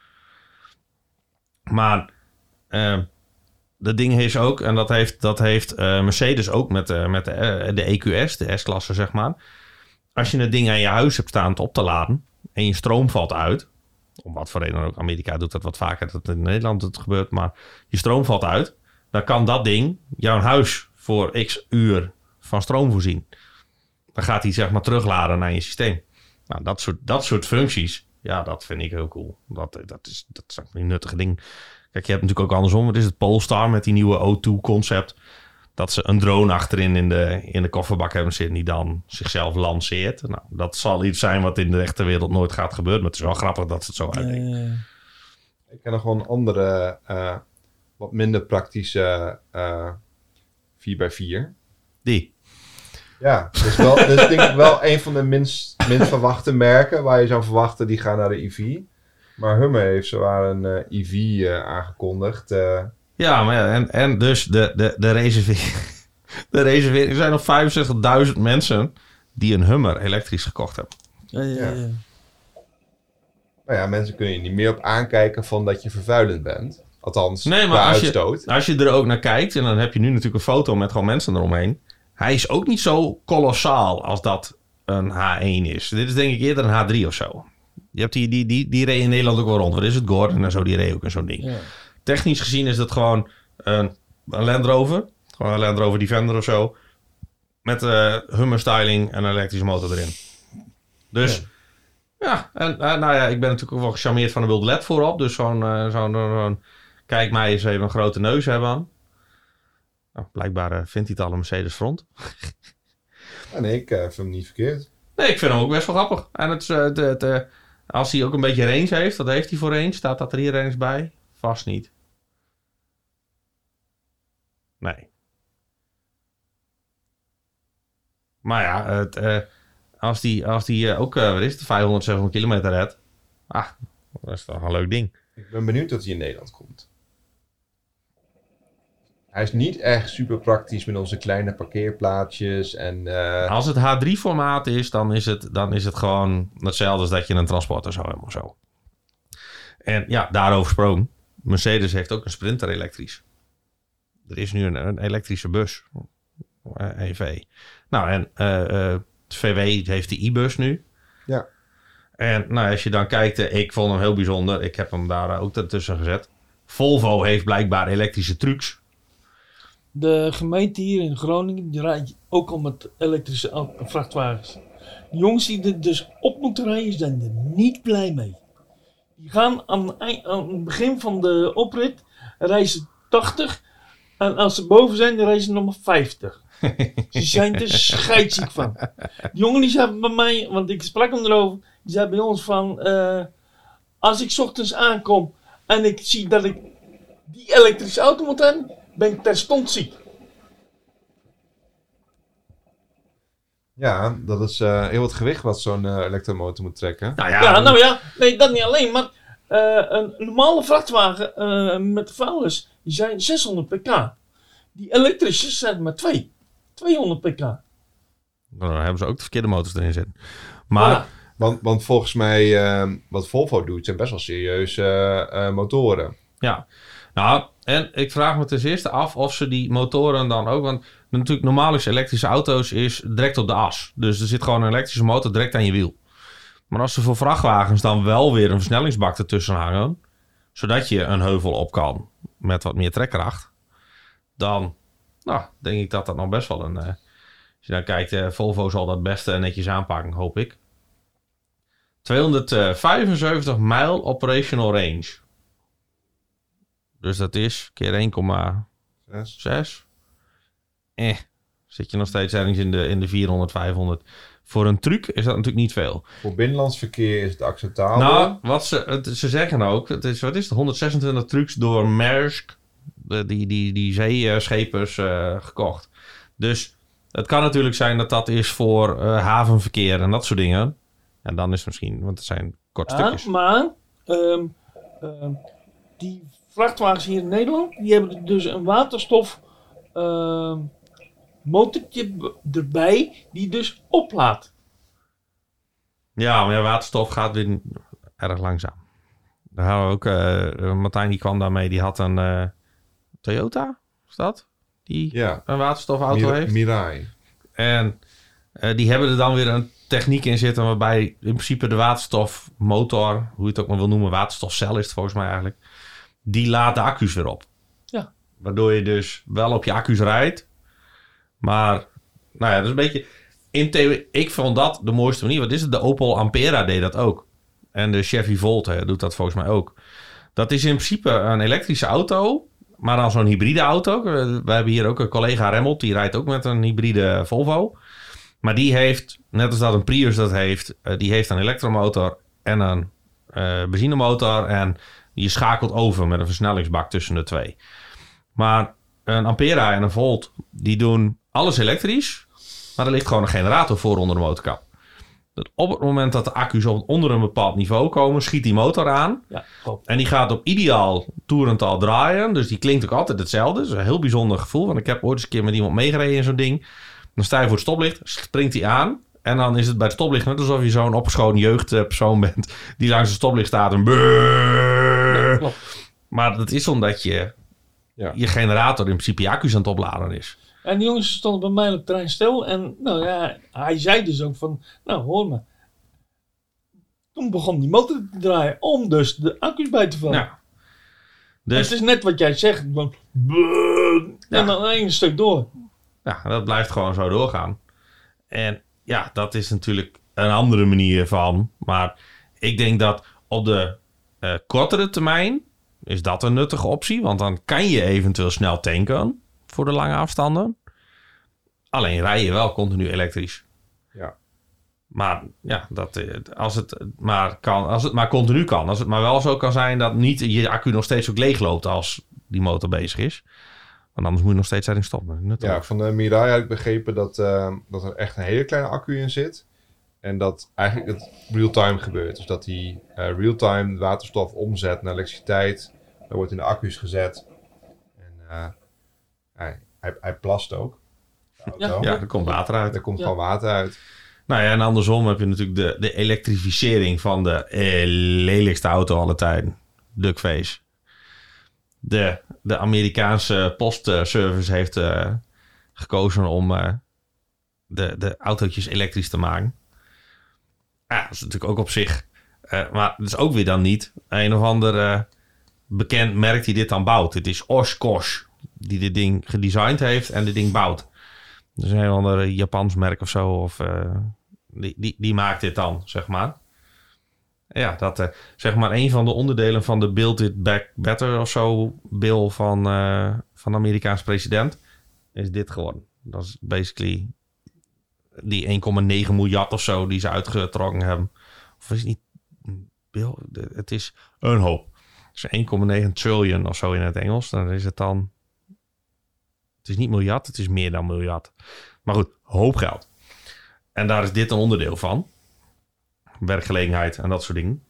Maar dat ding is ook, en dat heeft Mercedes ook met de EQS, de S-klasse zeg maar. Als je het ding aan je huis hebt staan op te laden en je stroom valt uit, om wat voor reden dan ook, Amerika doet dat wat vaker dan in Nederland het gebeurt, maar je stroom valt uit, dan kan dat ding jouw huis voor x uur van stroom voorzien. Dan gaat hij zeg maar terugladen naar je systeem. Nou, dat soort functies, ja, dat vind ik heel cool. Dat is een nuttige ding. Kijk, je hebt natuurlijk ook andersom. Wat is het? Polestar met die nieuwe O2-concept. Dat ze een drone achterin in de kofferbak hebben zitten die dan zichzelf lanceert. Nou, dat zal iets zijn wat in de echte wereld nooit gaat gebeuren. Maar het is wel grappig dat ze het zo uitdenken. Ik ken nog wel een andere, wat minder praktische 4x4. Die? Ja, dus denk ik wel een van de minst verwachte merken waar je zou verwachten die gaan naar de EV. Maar Hummer heeft zowaar een EV aangekondigd. Ja, maar ja, en dus de reservering. De reservering. Er zijn nog 65.000 mensen die een Hummer elektrisch gekocht hebben. Ja. Nou ja, mensen kunnen je niet meer op aankijken van dat je vervuilend bent. Althans, nee, maar uitstoot. Als je er ook naar kijkt, en dan heb je nu natuurlijk een foto met gewoon mensen eromheen. Hij is ook niet zo kolossaal als dat een H1 is. Dit is denk ik eerder een H3 of zo. Je hebt die reed in Nederland ook wel rond. Wat is het? Gordon en zo, die reed ook in zo'n ding. Ja. Technisch gezien is dat gewoon een Land Rover. Gewoon een Land Rover Defender of zo. Met Hummer styling en een elektrische motor erin. Dus ik ben natuurlijk ook wel gecharmeerd van een wilde LED voorop. Dus zo'n kijk mij eens even een grote neus hebben. Nou, blijkbaar vindt hij het al een Mercedes front. Nee, ik vind hem niet verkeerd. Nee, ik vind hem ook best wel grappig. En als hij ook een beetje range heeft, wat heeft hij voor range? Staat dat er hier range bij? Vast niet. Nee. Maar ja, als die ook, wat is het, 500, 700 kilometer redt. Dat is toch een leuk ding. Ik ben benieuwd dat hij in Nederland komt. Hij is niet echt super praktisch met onze kleine parkeerplaatsjes. En, Als het H3-formaat is, dan is het gewoon hetzelfde als dat je een transporter zou hebben of zo. En ja, daarover gesproken. Mercedes heeft ook een Sprinter elektrisch. Er is nu een elektrische bus. EV. Nou, en VW heeft de e-bus nu. Ja. En nou, als je dan kijkt, ik vond hem heel bijzonder. Ik heb hem daar ook tussen gezet. Volvo heeft blijkbaar elektrische trucks. De gemeente hier in Groningen die rijdt ook al met elektrische vrachtwagens. De jongens die er dus op moeten rijden zijn er niet blij mee. Die gaan aan het begin van de oprit reizen 80 en als ze boven zijn dan reizen ze nog maar 50. Ze zijn er scheidsziek van. De jongen die zei bij mij, want ik sprak hem erover, die zei bij ons van als ik 's ochtends aankom en ik zie dat ik die elektrische auto moet hebben, ben ik terstond ziek. Ja, dat is heel wat gewicht wat zo'n elektromotor moet trekken. Nou ja, Nee, dat niet alleen, maar een normale vrachtwagen met vuilnis, die zijn 600 pk. Die elektrische zijn maar 200 pk. dan hebben ze ook de verkeerde motors erin zitten. Maar Voilà. Want volgens mij, wat Volvo doet, zijn best wel serieuze motoren. ja, nou, en ik vraag me ten eerste af of ze die motoren dan ook... Want natuurlijk normaal is elektrische auto's is direct op de as. Dus er zit gewoon een elektrische motor direct aan je wiel. Maar als ze voor vrachtwagens dan wel weer een versnellingsbak ertussen hangen... zodat je een heuvel op kan met wat meer trekkracht... dan denk ik dat dat nog best wel een... als je dan kijkt, Volvo zal dat best netjes aanpakken, hoop ik. 275 mijl operational range. Dus dat is keer 1,6. Zit je nog steeds ergens in de 400, 500. Voor een truck is dat natuurlijk niet veel. Voor binnenlands verkeer is het acceptabel. Nou, wat ze zeggen ook, wat is het, 126 trucks door Maersk, die zeeschepers, gekocht. Dus het kan natuurlijk zijn dat dat is voor havenverkeer en dat soort dingen. En dan is het misschien, want het zijn korte stukjes. Maar die vrachtwagens hier in Nederland, die hebben dus een waterstof motortje erbij die dus oplaadt. Ja, maar waterstof gaat weer erg langzaam. Daar hadden we ook, Martijn die kwam daarmee, die had een Toyota, is dat? Die een waterstofauto heeft. Mirai. En die hebben er dan weer een techniek in zitten waarbij in principe de waterstofmotor, hoe je het ook maar wil noemen, waterstofcel is het volgens mij eigenlijk, die laat de accu's weer op. Ja. Waardoor je dus wel op je accu's rijdt, maar nou ja, dat is een beetje... In theorie, ik vond dat de mooiste manier. Wat is het? De Opel Ampera deed dat ook. En de Chevy Volt doet dat volgens mij ook. Dat is in principe een elektrische auto, maar dan zo'n hybride auto. We hebben hier ook een collega Remmelt, die rijdt ook met een hybride Volvo. Maar die heeft, net als dat een Prius dat heeft, die heeft een elektromotor en een benzinemotor. En je schakelt over met een versnellingsbak tussen de twee. Maar een Ampera en een Volt, die doen alles elektrisch. Maar er ligt gewoon een generator voor onder de motorkap. Dat op het moment dat de accu's onder een bepaald niveau komen, schiet die motor aan. Ja, klopt. En die gaat op ideaal toerental draaien. Dus die klinkt ook altijd hetzelfde. Dat is een heel bijzonder gevoel. Want ik heb ooit eens een keer met iemand meegereden in zo'n ding. Dan sta je voor het stoplicht, springt hij aan. En dan is het bij het stoplicht net alsof je zo'n opgeschoten jeugdpersoon bent. Die langs het stoplicht staat en Ja, klopt. Maar dat is omdat je generator in principe je accu's aan het opladen is. En die jongens stonden bij mij op het terrein stil. En nou ja, hij zei dus ook van, nou hoor maar. Toen begon die motor te draaien om dus de accu's bij te vullen. Ja. Dus Dus het is net wat jij zegt. Van, en dan één stuk door. ja, dat blijft gewoon zo doorgaan. En ja, dat is natuurlijk een andere manier van. Maar ik denk dat op de kortere termijn is dat een nuttige optie. Want dan kan je eventueel snel tanken voor de lange afstanden. Alleen rij je wel continu elektrisch. Ja. Maar ja, als het maar continu kan. Als het maar wel zo kan zijn dat niet je accu nog steeds ook leeg loopt als die motor bezig is. Want anders moet je nog steeds erin stoppen. Ja, van de Mirai heb ik begrepen dat er echt een hele kleine accu in zit. En dat eigenlijk het real-time gebeurt. Dus dat hij real-time waterstof omzet naar elektriciteit. Dat wordt in de accu's gezet. En hij plast ook. Ja, er komt water uit. Er komt gewoon water uit. Nou ja, en andersom heb je natuurlijk de elektrificering van de lelijkste auto alle tijden. Duckface. De Amerikaanse postservice heeft gekozen om de autootjes elektrisch te maken. Ja, dat is natuurlijk ook op zich. Maar het is ook weer dan niet een of ander bekend merk die dit dan bouwt. Het is Oshkosh die dit ding gedesigned heeft en dit ding bouwt. Dus een of ander Japans merk of zo. Of die maakt dit dan, zeg maar. Ja, dat zeg maar een van de onderdelen van de Build It Back Better of zo bill van de Amerikaanse president is dit geworden. Dat is basically die 1,9 miljard of zo die ze uitgetrokken hebben. Of is het niet bill? Het is een hoop. Het is 1,9 trillion of zo in het Engels. Dan is het dan... Het is niet miljard, het is meer dan miljard. Maar goed, hoop geld. En daar is dit een onderdeel van. Werkgelegenheid en dat soort dingen.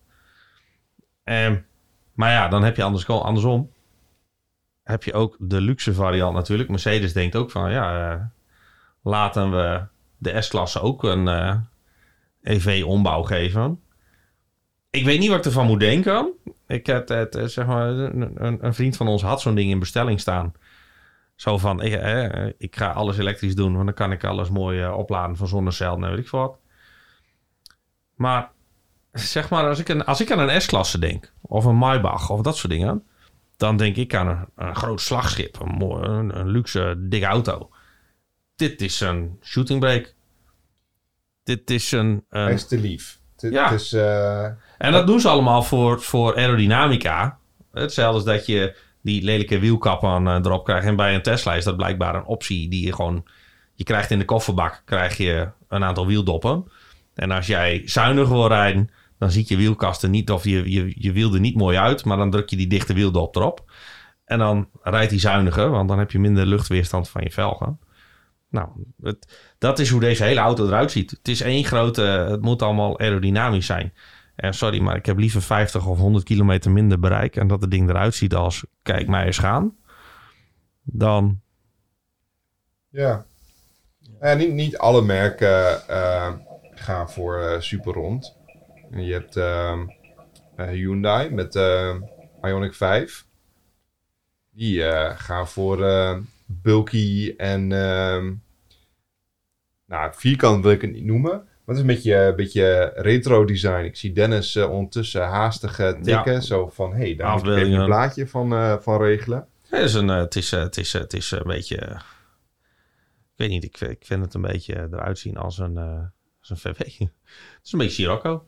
Maar ja, dan heb je andersom. Heb je ook de luxe variant natuurlijk. Mercedes denkt ook van... laten we de S-klasse ook een EV-ombouw geven. Ik weet niet wat ik ervan moet denken. Ik heb zeg maar, een vriend van ons had zo'n ding in bestelling staan. Zo van, ik ga alles elektrisch doen, want dan kan ik alles mooi opladen van zonnecel en weet ik wat. Maar zeg maar, als ik aan een S-klasse denk, of een Maybach of dat soort dingen, dan denk ik aan een groot slagschip, een luxe, dikke auto. Dit is een shooting brake. Dit is een... Hij is te lief. Ja. En dat doen ze allemaal voor aerodynamica. Hetzelfde als dat je die lelijke wielkappen erop krijgt. En bij een Tesla is dat blijkbaar een optie die je gewoon... Je krijgt in de kofferbak krijg je een aantal wieldoppen. En als jij zuiniger wil rijden, dan ziet je wielkasten niet of je wiel er niet mooi uit. Maar dan druk je die dichte wieldop erop. En dan rijdt hij zuiniger, want dan heb je minder luchtweerstand van je velgen. Nou, dat is hoe deze hele auto eruit ziet. Het is één grote... Het moet allemaal aerodynamisch zijn. En sorry, maar ik heb liever 50 of 100 kilometer minder bereik... en dat het ding eruit ziet als... kijk mij eens gaan. Dan... Ja. Niet alle merken gaan voor super rond. Je hebt Hyundai met Ioniq 5. Die gaan voor bulky en... vierkant wil ik het niet noemen... Maar het is een beetje retro design. Ik zie Dennis ondertussen haastig tikken. Ja. Zo van, daar moet ik even een blaadje van regelen. Ja, het is een beetje... Ik weet niet, ik vind het een beetje eruit zien als een VW. Het is een beetje Scirocco.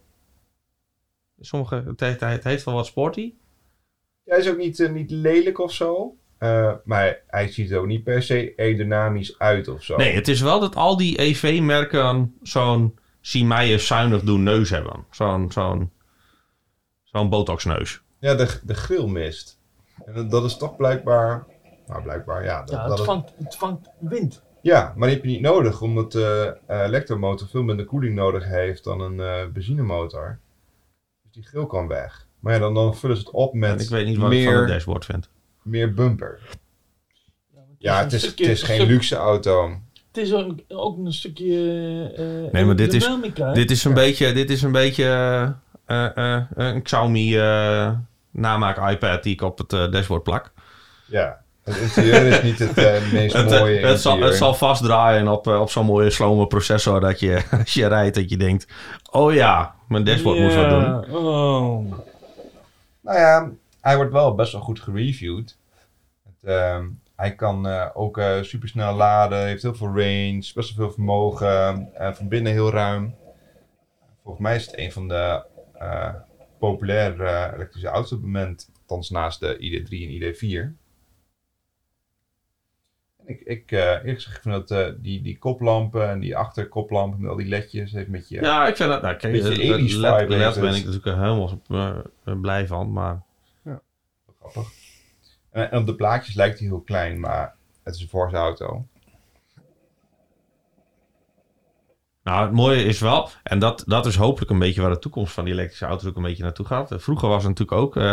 Het heeft wel wat sporty. Ja, hij is ook niet lelijk of zo. Maar hij ziet er ook niet per se aerodynamisch uit of zo. Nee, het is wel dat al die EV-merken zo'n... zie mij eens zuinig doen neus hebben. Zo'n botoxneus. Ja, de grillmist. En dat is toch blijkbaar... ja. Het vangt wind. Ja, maar die heb je niet nodig. Omdat de elektromotor veel minder koeling nodig heeft dan een benzinemotor. Dus die grill kan weg. Maar ja, dan vullen ze het op met ik weet niet wat ik van het dashboard vind. Meer bumper. Ja, het is geen luxe auto. Het is ook een stukje... nee, maar dit is een beetje een Xiaomi namaak iPad die ik op het dashboard plak. Ja, het interieur is niet het meest mooie het zal vastdraaien op zo'n mooie slome processor dat je, als je rijdt, dat je denkt... Oh ja, mijn dashboard moet wat doen. Oh. Nou ja, hij wordt wel best wel goed gereviewd. Hij kan ook supersnel laden, heeft heel veel range, best wel veel vermogen, van binnen heel ruim. Volgens mij is het een van de populaire elektrische auto's op het moment, althans naast de ID3 en ID4. Eerlijk gezegd, ik vind dat die koplampen en die achterkoplampen met al die ledjes, heeft met je... Ja, ik vind dat... Nou, kijk, beetje 80s vibe LED ben heeft ik het. natuurlijk helemaal blij van, maar... Grappig. En op de plaatjes lijkt hij heel klein, maar het is een forse auto. Nou, het mooie is wel, en dat is hopelijk een beetje waar de toekomst van die elektrische auto's ook een beetje naartoe gaat. Vroeger was het natuurlijk ook...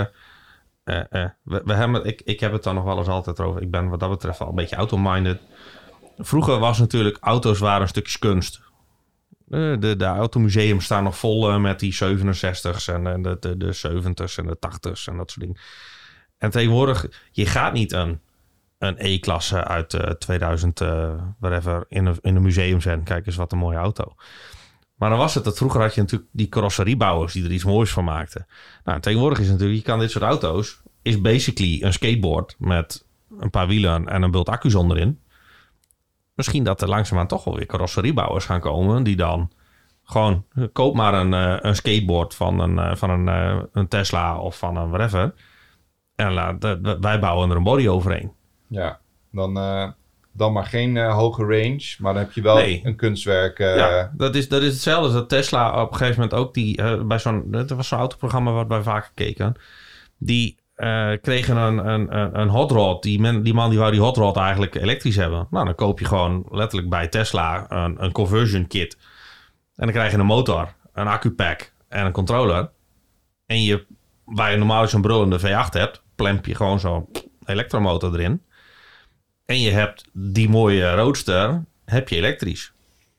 we hebben, ik heb het dan nog wel eens altijd over. Ik ben wat dat betreft wel een beetje auto-minded. Vroeger was natuurlijk, auto's waren een stukje kunst. De automuseums staan nog vol met die 67's en de 70's en de 80's en dat soort dingen. En tegenwoordig, je gaat niet een E-klasse uit 2000, whatever, in een museum zetten. Kijk eens wat een mooie auto. Maar dan was het dat vroeger had je natuurlijk die carrosseriebouwers die er iets moois van maakten. Nou, tegenwoordig is het natuurlijk, je kan dit soort auto's, is basically een skateboard met een paar wielen en een bult accu's onderin. Misschien dat er langzaamaan toch wel weer carrosseriebouwers gaan komen die dan gewoon, koop maar een skateboard van een Tesla of van een whatever. En wij bouwen er een body overheen. Ja, dan maar geen hoge range, maar dan heb je wel een kunstwerk. Ja, dat is hetzelfde als dat Tesla op een gegeven moment ook bij er was zo'n autoprogramma wat wij vaak gekeken. Die kregen een hot rod. Die man die wou die hot rod eigenlijk elektrisch hebben. Nou, dan koop je gewoon letterlijk bij Tesla een conversion kit. En dan krijg je een motor, een accupack en een controller. En waar je normaal zo'n brullende V8 hebt, plemp je gewoon zo'n elektromotor erin. En je hebt die mooie Roadster, heb je elektrisch.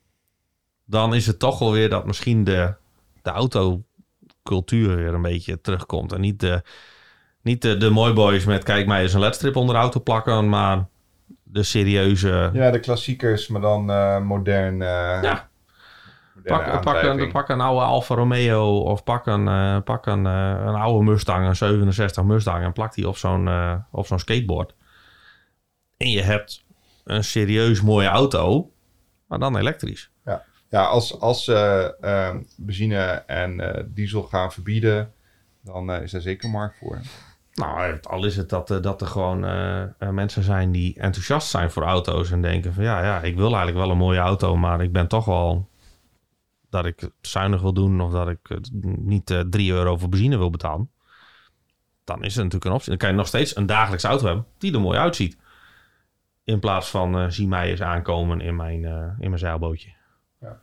Dan is het toch wel weer dat misschien de autocultuur weer een beetje terugkomt. En niet de mooi boys met kijk mij eens een ledstrip onder de auto plakken, maar de serieuze... Ja, de klassiekers, maar dan modern. Ja. Pak een oude Alfa Romeo of pak een oude Mustang, een 67 Mustang en plak die op zo'n skateboard. En je hebt een serieus mooie auto, maar dan elektrisch. Ja, als benzine en diesel gaan verbieden, dan is daar zeker een markt voor. Nou, al is het dat er gewoon mensen zijn die enthousiast zijn voor auto's en denken van ja, ik wil eigenlijk wel een mooie auto, maar ik ben toch wel dat ik het zuinig wil doen of dat ik niet €3 voor benzine wil betalen. Dan is het natuurlijk een optie. Dan kan je nog steeds een dagelijkse auto hebben die er mooi uitziet. In plaats van zie mij eens aankomen in mijn zeilbootje. Ja.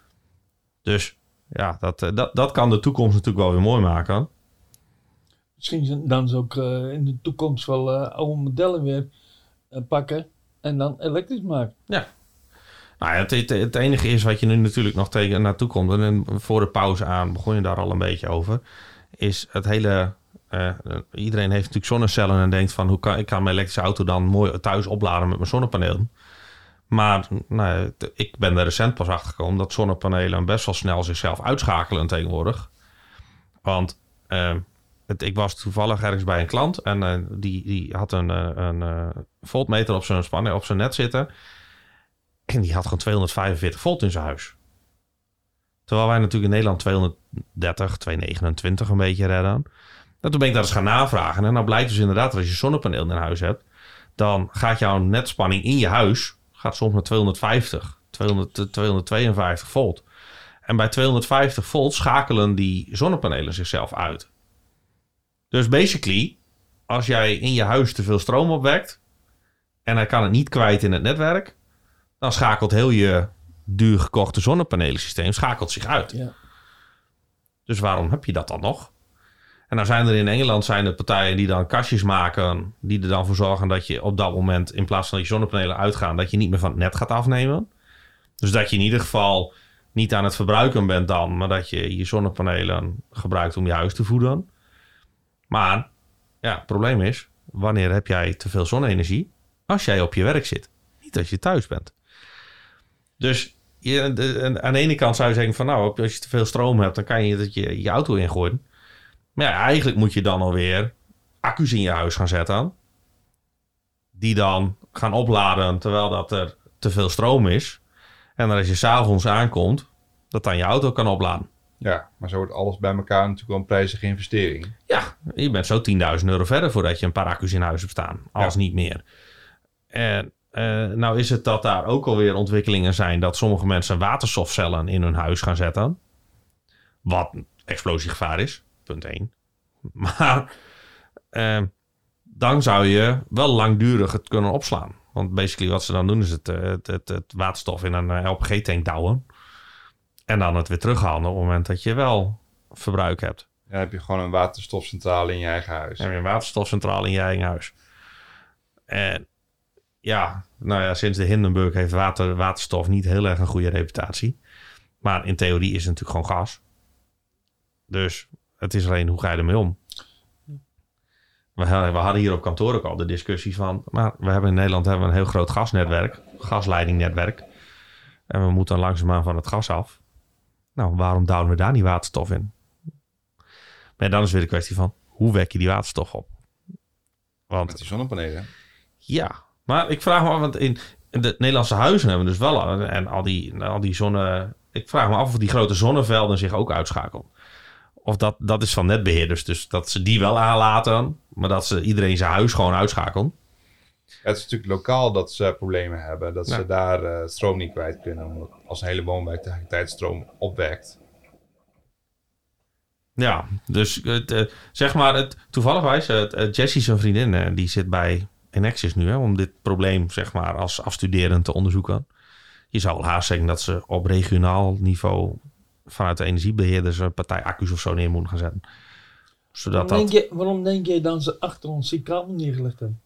Dus ja, dat kan de toekomst natuurlijk wel weer mooi maken. Misschien dan ze ook in de toekomst wel oude modellen weer pakken en dan elektrisch maken. Ja. Nou ja, het enige is wat je nu natuurlijk nog tegen naartoe komt, en voor de pauze aan begon je daar al een beetje over, is het hele... iedereen heeft natuurlijk zonnecellen en denkt van ik kan mijn elektrische auto dan mooi thuis opladen met mijn zonnepanelen. Maar nou, ik ben er recent pas achter gekomen dat zonnepanelen best wel snel zichzelf uitschakelen tegenwoordig. Want ik was toevallig ergens bij een klant en die had een voltmeter op zijn net zitten. En die had gewoon 245 volt in zijn huis. Terwijl wij natuurlijk in Nederland 230, 229 een beetje redden. En toen ben ik dat eens gaan navragen. En nou blijkt dus inderdaad dat als je zonnepaneel in huis hebt, dan gaat jouw netspanning in je huis gaat soms naar 250, 252 volt. En bij 250 volt schakelen die zonnepanelen zichzelf uit. Dus basically, als jij in je huis te veel stroom opwekt en hij kan het niet kwijt in het netwerk, dan schakelt heel je duur gekochte zonnepanelensysteem zich uit. Ja. Dus waarom heb je dat dan nog? En dan zijn er in Engeland partijen die dan kastjes maken, die er dan voor zorgen dat je op dat moment, in plaats van dat je zonnepanelen uitgaan, dat je niet meer van het net gaat afnemen. Dus dat je in ieder geval niet aan het verbruiken bent dan, maar dat je je zonnepanelen gebruikt om je huis te voeden. Maar ja, het probleem is, wanneer heb jij te veel zonne-energie? Als jij op je werk zit, niet als je thuis bent. Dus aan de ene kant zou je zeggen van nou, als je te veel stroom hebt, dan kan je je auto ingooien. Maar ja, eigenlijk moet je dan alweer accu's in je huis gaan zetten. Die dan gaan opladen terwijl dat er te veel stroom is. En dan als je 's avonds aankomt, dat dan je auto kan opladen. Ja, maar zo wordt alles bij elkaar natuurlijk wel een prijzige investering. Ja, je bent zo €10.000 verder voordat je een paar accu's in huis hebt staan. Als niet meer. En Nou is het dat daar ook alweer ontwikkelingen zijn dat sommige mensen waterstofcellen in hun huis gaan zetten. Wat explosiegevaar is, punt 1. Maar dan zou je wel langdurig het kunnen opslaan. Want basically wat ze dan doen is het waterstof in een LPG-tank douwen. En dan het weer terughalen op het moment dat je wel verbruik hebt. Ja, dan heb je gewoon een waterstofcentrale in je eigen huis. Dan heb je een waterstofcentrale in je eigen huis. En ja, nou ja, sinds de Hindenburg heeft waterstof niet heel erg een goede reputatie. Maar in theorie is het natuurlijk gewoon gas. Dus het is alleen, hoe ga je ermee om? We hadden hier op kantoor ook al de discussie van... maar we hebben in Nederland een heel groot gasleidingnetwerk. En we moeten langzaamaan van het gas af. Nou, waarom douwen we daar niet waterstof in? Maar dan is weer de kwestie van... hoe wek je die waterstof op? Want, met die zonnepanelen. Ja, maar ik vraag me af... want in de Nederlandse huizen hebben we dus wel... en al die zonne... Ik vraag me af of die grote zonnevelden zich ook uitschakelen. Of dat is van netbeheerders. Dus dat ze die wel aanlaten... maar dat ze iedereen zijn huis gewoon uitschakelen. Ja, het is natuurlijk lokaal dat ze problemen hebben. Dat ze daar stroom niet kwijt kunnen. Omdat als een hele woonwijk tegelijkertijd stroom opwekt. Ja, dus zeg maar... toevallig Jessie zijn vriendin... die zit bij Enexis nu... om dit probleem zeg maar als afstuderend te onderzoeken. Je zou wel haast zeggen dat ze op regionaal niveau... vanuit de energiebeheerders een partij accu's of zo neer moeten gaan zetten. Zodat waarom denk je dan ze achter ons die kabel neergelegd hebben?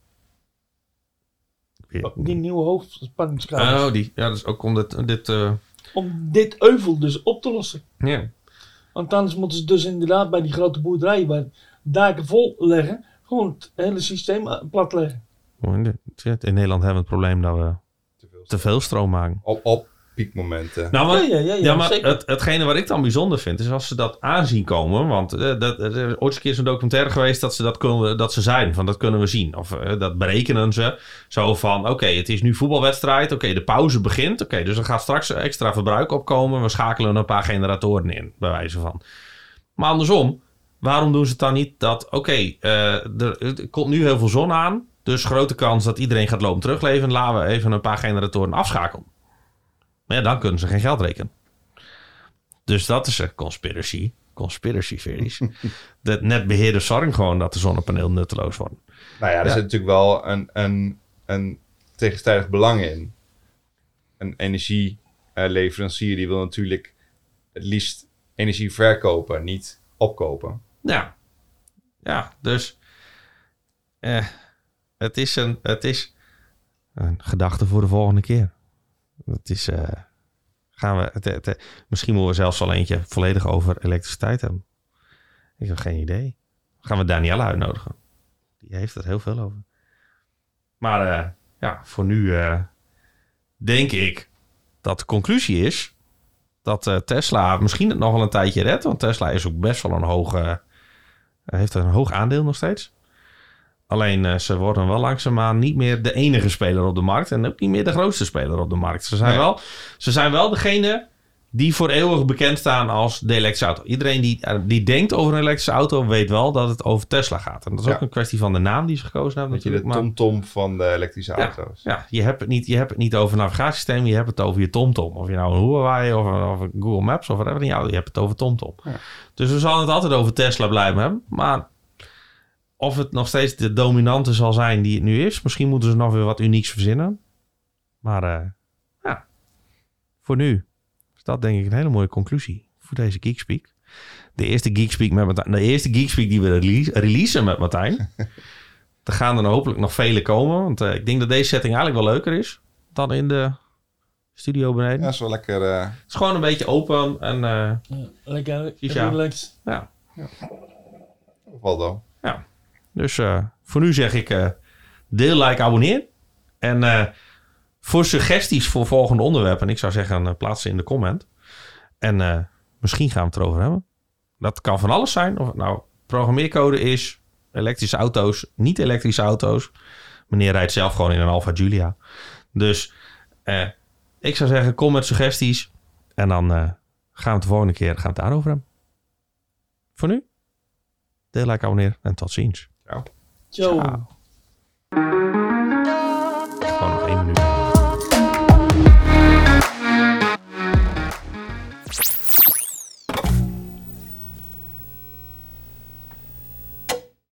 Die nieuwe hoofdspanningskabels. Oh, ja, dat is ook om dit om dit euvel dus op te lossen. Ja. Want anders moeten ze dus inderdaad bij die grote boerderijen... waar daken vol leggen... gewoon het hele systeem plat leggen. In Nederland hebben we het probleem dat we te veel stroom maken. Op piekmomenten. Nou, maar, ja, maar zeker. hetgene wat ik dan bijzonder vind... is als ze dat aanzien komen... want er is ooit eens een keer zo'n documentaire geweest... dat ze zijn, van dat kunnen we zien. Of dat berekenen ze. Zo van, oké, het is nu voetbalwedstrijd. Oké, de pauze begint. Oké, dus er gaat straks extra verbruik opkomen. We schakelen een paar generatoren in, bij wijze van. Maar andersom, waarom doen ze het dan niet dat... er komt nu heel veel zon aan... dus grote kans dat iedereen gaat lopen terugleveren... laten we even een paar generatoren afschakelen. Maar ja, dan kunnen ze geen geld rekenen. Dus dat is een conspiracy theories. De netbeheerders zorgen gewoon dat de zonnepanelen nutteloos worden. Nou ja, er zit natuurlijk wel een tegenstrijdig belang in. Een energieleverancier die wil natuurlijk het liefst energie verkopen, niet opkopen. Ja, dus het is een gedachte voor de volgende keer. Het is, misschien moeten we zelfs al eentje volledig over elektriciteit hebben. Ik heb geen idee. Gaan we Danielle uitnodigen? Die heeft er heel veel over. Maar voor nu denk ik dat de conclusie is dat Tesla misschien het nog wel een tijdje redt. Want Tesla is ook best wel heeft een hoog aandeel nog steeds. Alleen ze worden wel langzaamaan niet meer de enige speler op de markt. En ook niet meer de grootste speler op de markt. Ze zijn wel degene die voor eeuwig bekend staan als de elektrische auto. Iedereen die denkt over een elektrische auto weet wel dat het over Tesla gaat. En dat is ook een kwestie van de naam die ze gekozen hebben. Dat je de TomTom van de elektrische auto's. Ja, je hebt het niet over een navigatiesysteem. Je hebt het over je TomTom. Of je nou een Huawei of een Google Maps of whatever. Je hebt het over TomTom. Ja. Dus we zullen het altijd over Tesla blijven hebben. Maar of het nog steeds de dominante zal zijn die het nu is. Misschien moeten ze nog weer wat unieks verzinnen. Maar voor nu is dat denk ik een hele mooie conclusie voor deze Geekspeak. De eerste Geekspeak die we releasen met Martijn. Er gaan er hopelijk nog vele komen. Want ik denk dat deze setting eigenlijk wel leuker is dan in de studio beneden. Ja, is wel lekker. Het is gewoon een beetje open en lekker relaxed. Ja. Waldo. Ja. Dus voor nu zeg ik deel, like, abonneer. En voor suggesties voor volgende onderwerpen, ik zou zeggen plaats ze in de comment. En misschien gaan we het erover hebben. Dat kan van alles zijn. Of het nou programmeercode is, elektrische auto's, niet elektrische auto's. Meneer rijdt zelf gewoon in een Alfa Giulia. Dus ik zou zeggen, kom met suggesties. En dan gaan we het de volgende keer het daarover hebben. Voor nu, deel, like, abonneer en tot ziens. Ciao. Ciao.